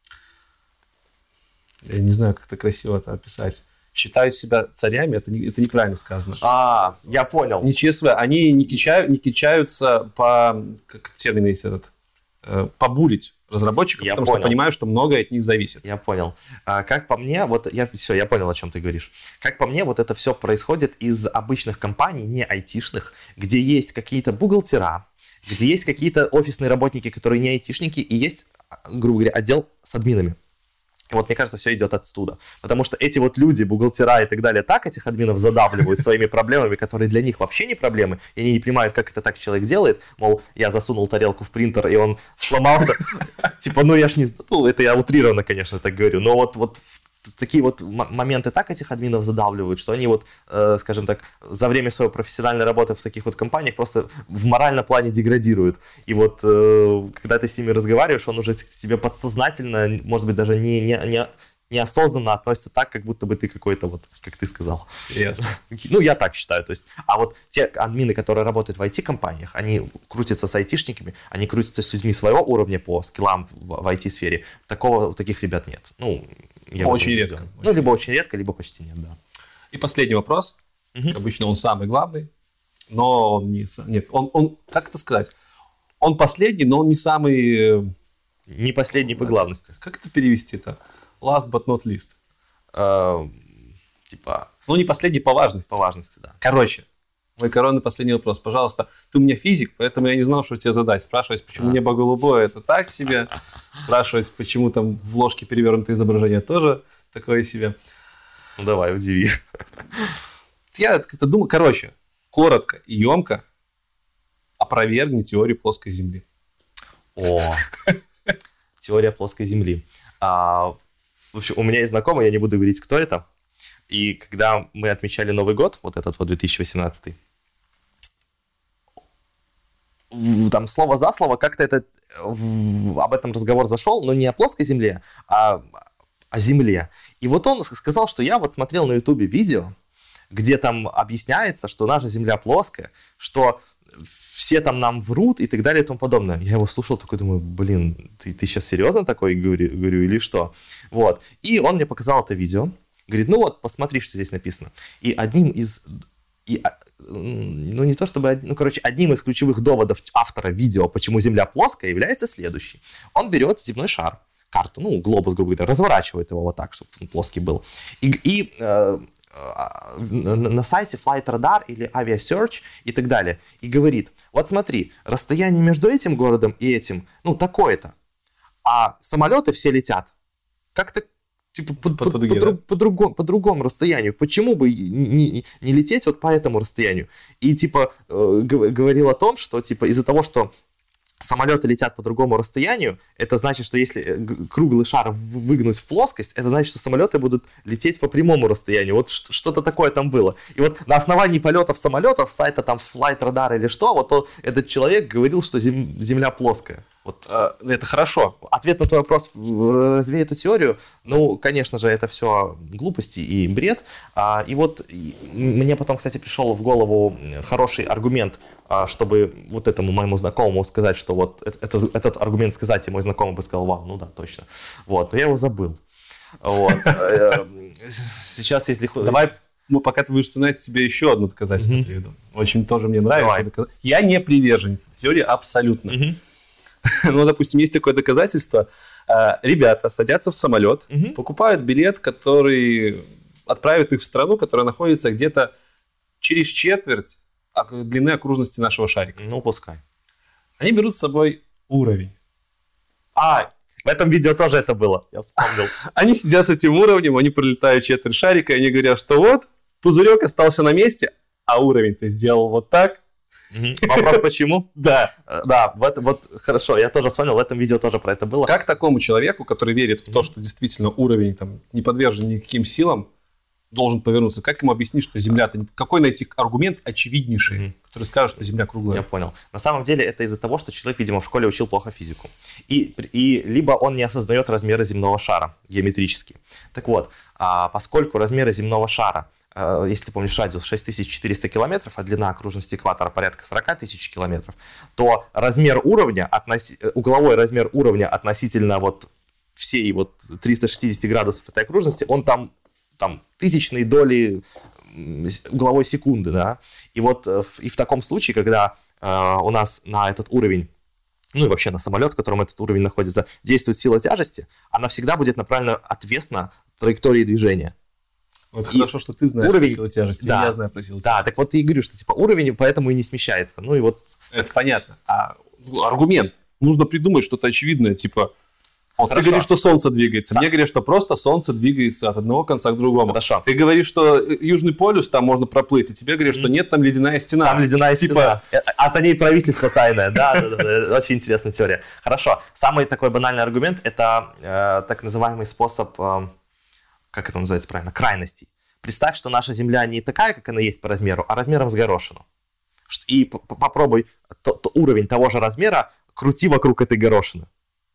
я не знаю, как это красиво это описать, считают себя царями, это неправильно сказано. Я понял. Не ЧСВ, они не кичаются как термин есть побулить разработчиков, потому что понимаю, что многое от них зависит. Я понял. Как по мне, я понял, о чем ты говоришь. Как по мне, вот это все происходит из обычных компаний, не айтишных, где есть какие-то бухгалтера, где есть какие-то офисные работники, которые не айтишники, и есть, грубо говоря, отдел с админами. И вот, мне кажется, все идет оттуда. Потому что эти вот люди, бухгалтера и так далее, так этих админов задавливают своими проблемами, которые для них вообще не проблемы, и они не понимают, как это так человек делает. Мол, я засунул тарелку в принтер, и он сломался. Я ж не... это я утрированно, конечно, так говорю. Но вот такие вот моменты так этих админов задавливают, что они скажем так, за время своей профессиональной работы в таких вот компаниях просто в моральном плане деградируют. И вот когда ты с ними разговариваешь, он уже к тебе подсознательно, может быть, даже неосознанно относится так, как будто бы ты какой-то, как ты сказал. Серьезно? Я так считаю. То есть, а вот те админы, которые работают в IT-компаниях, они крутятся с айтишниками, они крутятся с людьми своего уровня по скиллам в IT-сфере. у таких ребят нет. Очень редко. Либо очень редко, либо почти нет, да. И последний вопрос. Обычно он самый главный, но он не... Нет, он как это сказать? Он последний, но он не самый... Не последний по главности. Как это перевести-то? Last but not least. Не последний по важности. По важности, да. Короче, мой коронный последний вопрос. Пожалуйста, ты у меня физик, поэтому я не знал, что тебе задать. Спрашивать, почему небо голубое, это так себе. Спрашивать, почему там в ложке перевернутое изображение, тоже такое себе. Давай, удиви. Я как-то думаю, коротко и емко опровергни теорию плоской Земли. Теория плоской Земли. В общем, у меня есть знакомый, я не буду говорить, кто это. И когда мы отмечали Новый год, вот этот 2018, там слово за слово как-то об этом разговор зашел, но не о плоской Земле, а о Земле. И вот он сказал, что я вот смотрел на Ютубе видео, где там объясняется, что наша Земля плоская, что все там нам врут и так далее и тому подобное. Я его слушал, такой думаю, блин, ты сейчас серьезно такой, говорю, или что? Вот. И он мне показал это видео, говорит, ну вот, посмотри, что здесь написано. И одним из... одним из ключевых доводов автора видео, почему Земля плоская, является следующий. Он берет земной шар, карту, глобус, грубо говоря, разворачивает его вот так, чтобы он плоский был. И на сайте Flight Radar или Aviasearch и так далее. И говорит, вот смотри, расстояние между этим городом и этим, такое-то. А самолеты все летят как-то типа по другому расстоянию. Почему бы не лететь вот по этому расстоянию? И говорил о том, что из-за того, что самолеты летят по другому расстоянию, это значит, что если круглый шар выгнуть в плоскость, это значит, что самолеты будут лететь по прямому расстоянию. Вот что-то такое там было. И вот на основании полетов самолетов, сайта там Flight Radar или что, вот этот человек говорил, что Земля плоская. Вот, это хорошо. Ответ на твой вопрос, развей эту теорию. Конечно же, это все глупости и бред. И вот мне потом, кстати, пришел в голову хороший аргумент, чтобы вот этому моему знакомому сказать, что вот этот аргумент сказать, и мой знакомый бы сказал, вау, да, точно. Вот, но я его забыл. Вот. Сейчас, если... Давай, пока ты будешь вспоминать, тебе еще одно доказательство приведу. Очень тоже мне нравится. Я не приверженец теории абсолютно. Допустим, есть такое доказательство. Ребята садятся в самолет, покупают билет, который отправит их в страну, которая находится где-то через четверть длины окружности нашего шарика. Пускай. Они берут с собой уровень. В этом видео тоже это было, я вспомнил. Они сидят с этим уровнем, они пролетают четверть шарика, и они говорят, что вот, пузырек остался на месте, а уровень ты сделал вот так. Вопрос, почему? Да. Да, вот хорошо, я тоже вспомнил, в этом видео тоже про это было. Как такому человеку, который верит в то, что действительно уровень там не подвержен никаким силам, должен повернуться? Как ему объяснить, что Земля-то... Какой найти аргумент очевиднейший, который скажет, что Земля круглая? Я понял. На самом деле это из-за того, что человек, видимо, в школе учил плохо физику. И либо он не осознает размеры земного шара геометрически. Так вот, поскольку размеры земного шара, если ты помнишь, радиус 6400 километров, а длина окружности экватора порядка 40 тысяч километров, то размер уровня, угловой размер уровня относительно вот всей вот 360 градусов этой окружности, он там тысячные доли угловой секунды, да, и вот и в таком случае, когда у нас на этот уровень, и вообще на самолет, в котором этот уровень находится, действует сила тяжести, она всегда будет направлена отвесно траектории движения. Вот хорошо, что ты знаешь про силу тяжести, да, я знаю про силу тяжести. Да, так вот и говорю, что уровень поэтому и не смещается. Это понятно. А аргумент. Нужно придумать что-то очевидное, ты говоришь, что Солнце двигается. Мне говорят, что просто Солнце двигается от одного конца к другому. Хорошо. Ты говоришь, что Южный полюс там можно проплыть, и тебе говорят, что нет, там ледяная стена. Там ледяная стена. А за ней правительство тайное. Да, очень интересная теория. Хорошо. Самый такой банальный аргумент – это так называемый способ, как это называется правильно, крайностей. Представь, что наша Земля не такая, как она есть по размеру, а размером с горошину. И попробуй уровень того же размера крути вокруг этой горошины.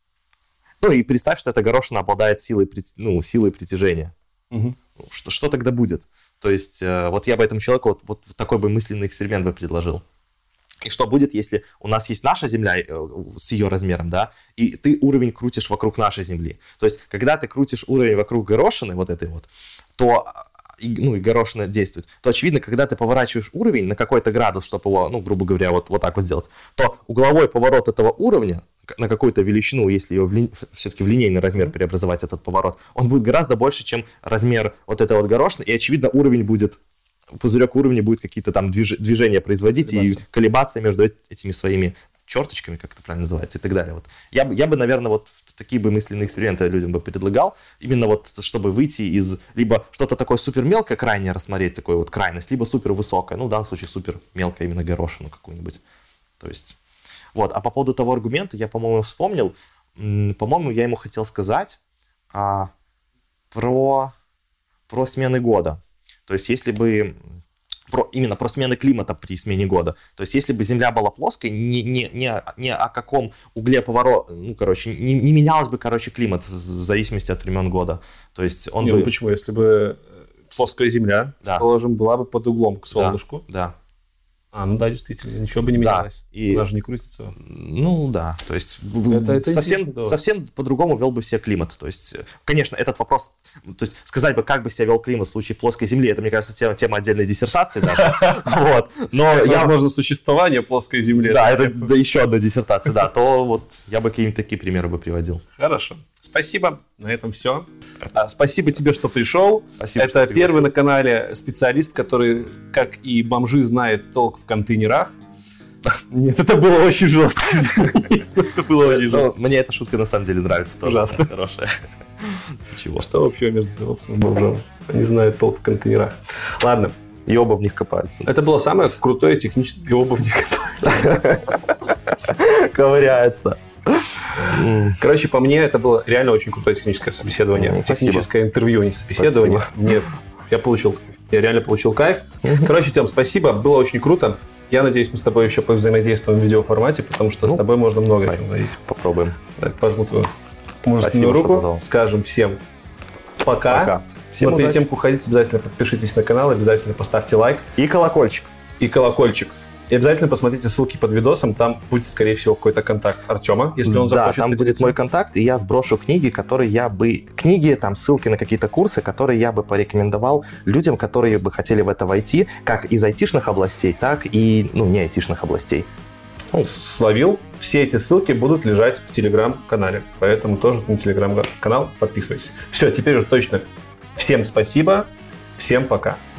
И представь, что эта горошина обладает силой притяжения. Угу. Что тогда будет? То есть, вот я бы этому человеку вот такой бы мысленный эксперимент бы предложил. И что будет, если у нас есть наша Земля с ее размером, да, и ты уровень крутишь вокруг нашей Земли. То есть, когда ты крутишь уровень вокруг горошины, вот этой вот, то, и горошина действует, то, очевидно, когда ты поворачиваешь уровень на какой-то градус, чтобы его, грубо говоря, вот так вот сделать, то угловой поворот этого уровня на какую-то величину, если ее все-таки в линейный размер преобразовать этот поворот, он будет гораздо больше, чем размер вот этой вот горошины, и, очевидно, пузырек уровня будет какие-то там движения производить и колебаться между этими своими черточками, как это правильно называется, и так далее. Вот. Я бы, наверное, вот такие бы мысленные эксперименты людям бы предлагал, именно вот, чтобы выйти из либо что-то такое супер мелкое, крайнее рассмотреть, такую вот крайность, либо супер высокое, в данном случае супер мелкое, именно горошину какую-нибудь. То есть, вот. А по поводу того аргумента, я, по-моему, вспомнил, по-моему, я ему хотел сказать про смены года. То есть, если бы именно про смены климата при смене года. То есть если бы Земля была плоской, ни о каком угле поворота, не менялось бы, климат в зависимости от времен года. То есть он бы... почему? Если бы плоская Земля, положим, была бы под углом к солнышку. Да. Действительно, ничего бы не менялось. И... Даже не крутится. То есть это совсем по-другому вел бы себя климат. То есть, конечно, этот вопрос, то есть сказать бы, как бы себя вел климат в случае плоской Земли, это, мне кажется, тема отдельной диссертации даже. Но возможно, существование плоской Земли. Да, это еще одна диссертация, то вот я бы какие-нибудь такие примеры бы приводил. Хорошо. Спасибо. На этом все. Спасибо тебе, что пришел. Спасибо, это первый на канале специалист, который, как и бомжи, знает толк в контейнерах. Нет, это было очень жестко. Это было очень жестко. Мне эта шутка на самом деле нравится. Ужасно. Хорошая. Чего? Что вообще между DevOps и бомжом? Они знают толк в контейнерах. Ладно. И оба в них копаются. Это было самое крутое техническое, и оба в них копаются. Ковыряется. Короче, по мне, это было реально очень крутое техническое собеседование. Спасибо. Техническое интервью, не собеседование. Я реально получил кайф. Короче, Тём, спасибо. Было очень круто. Я надеюсь, мы с тобой еще повзаимодействуем в видеоформате, потому что с тобой можно много о чем говорить. Попробуем. Так, пожму твою мужественную руку. Скажем всем пока. Всем перед тем, как уходить, обязательно подпишитесь на канал, обязательно поставьте лайк. И колокольчик. И обязательно посмотрите ссылки под видосом, там будет, скорее всего, какой-то контакт Артема, если он захочет. Да, там будет мой контакт, и я сброшу книги, там ссылки на какие-то курсы, которые я бы порекомендовал людям, которые бы хотели в это войти, как из айтишных областей, так и, не айтишных областей. Словил. Все эти ссылки будут лежать в Телеграм-канале, поэтому тоже на Телеграм-канал подписывайтесь. Все, теперь уже точно. Всем спасибо, всем пока.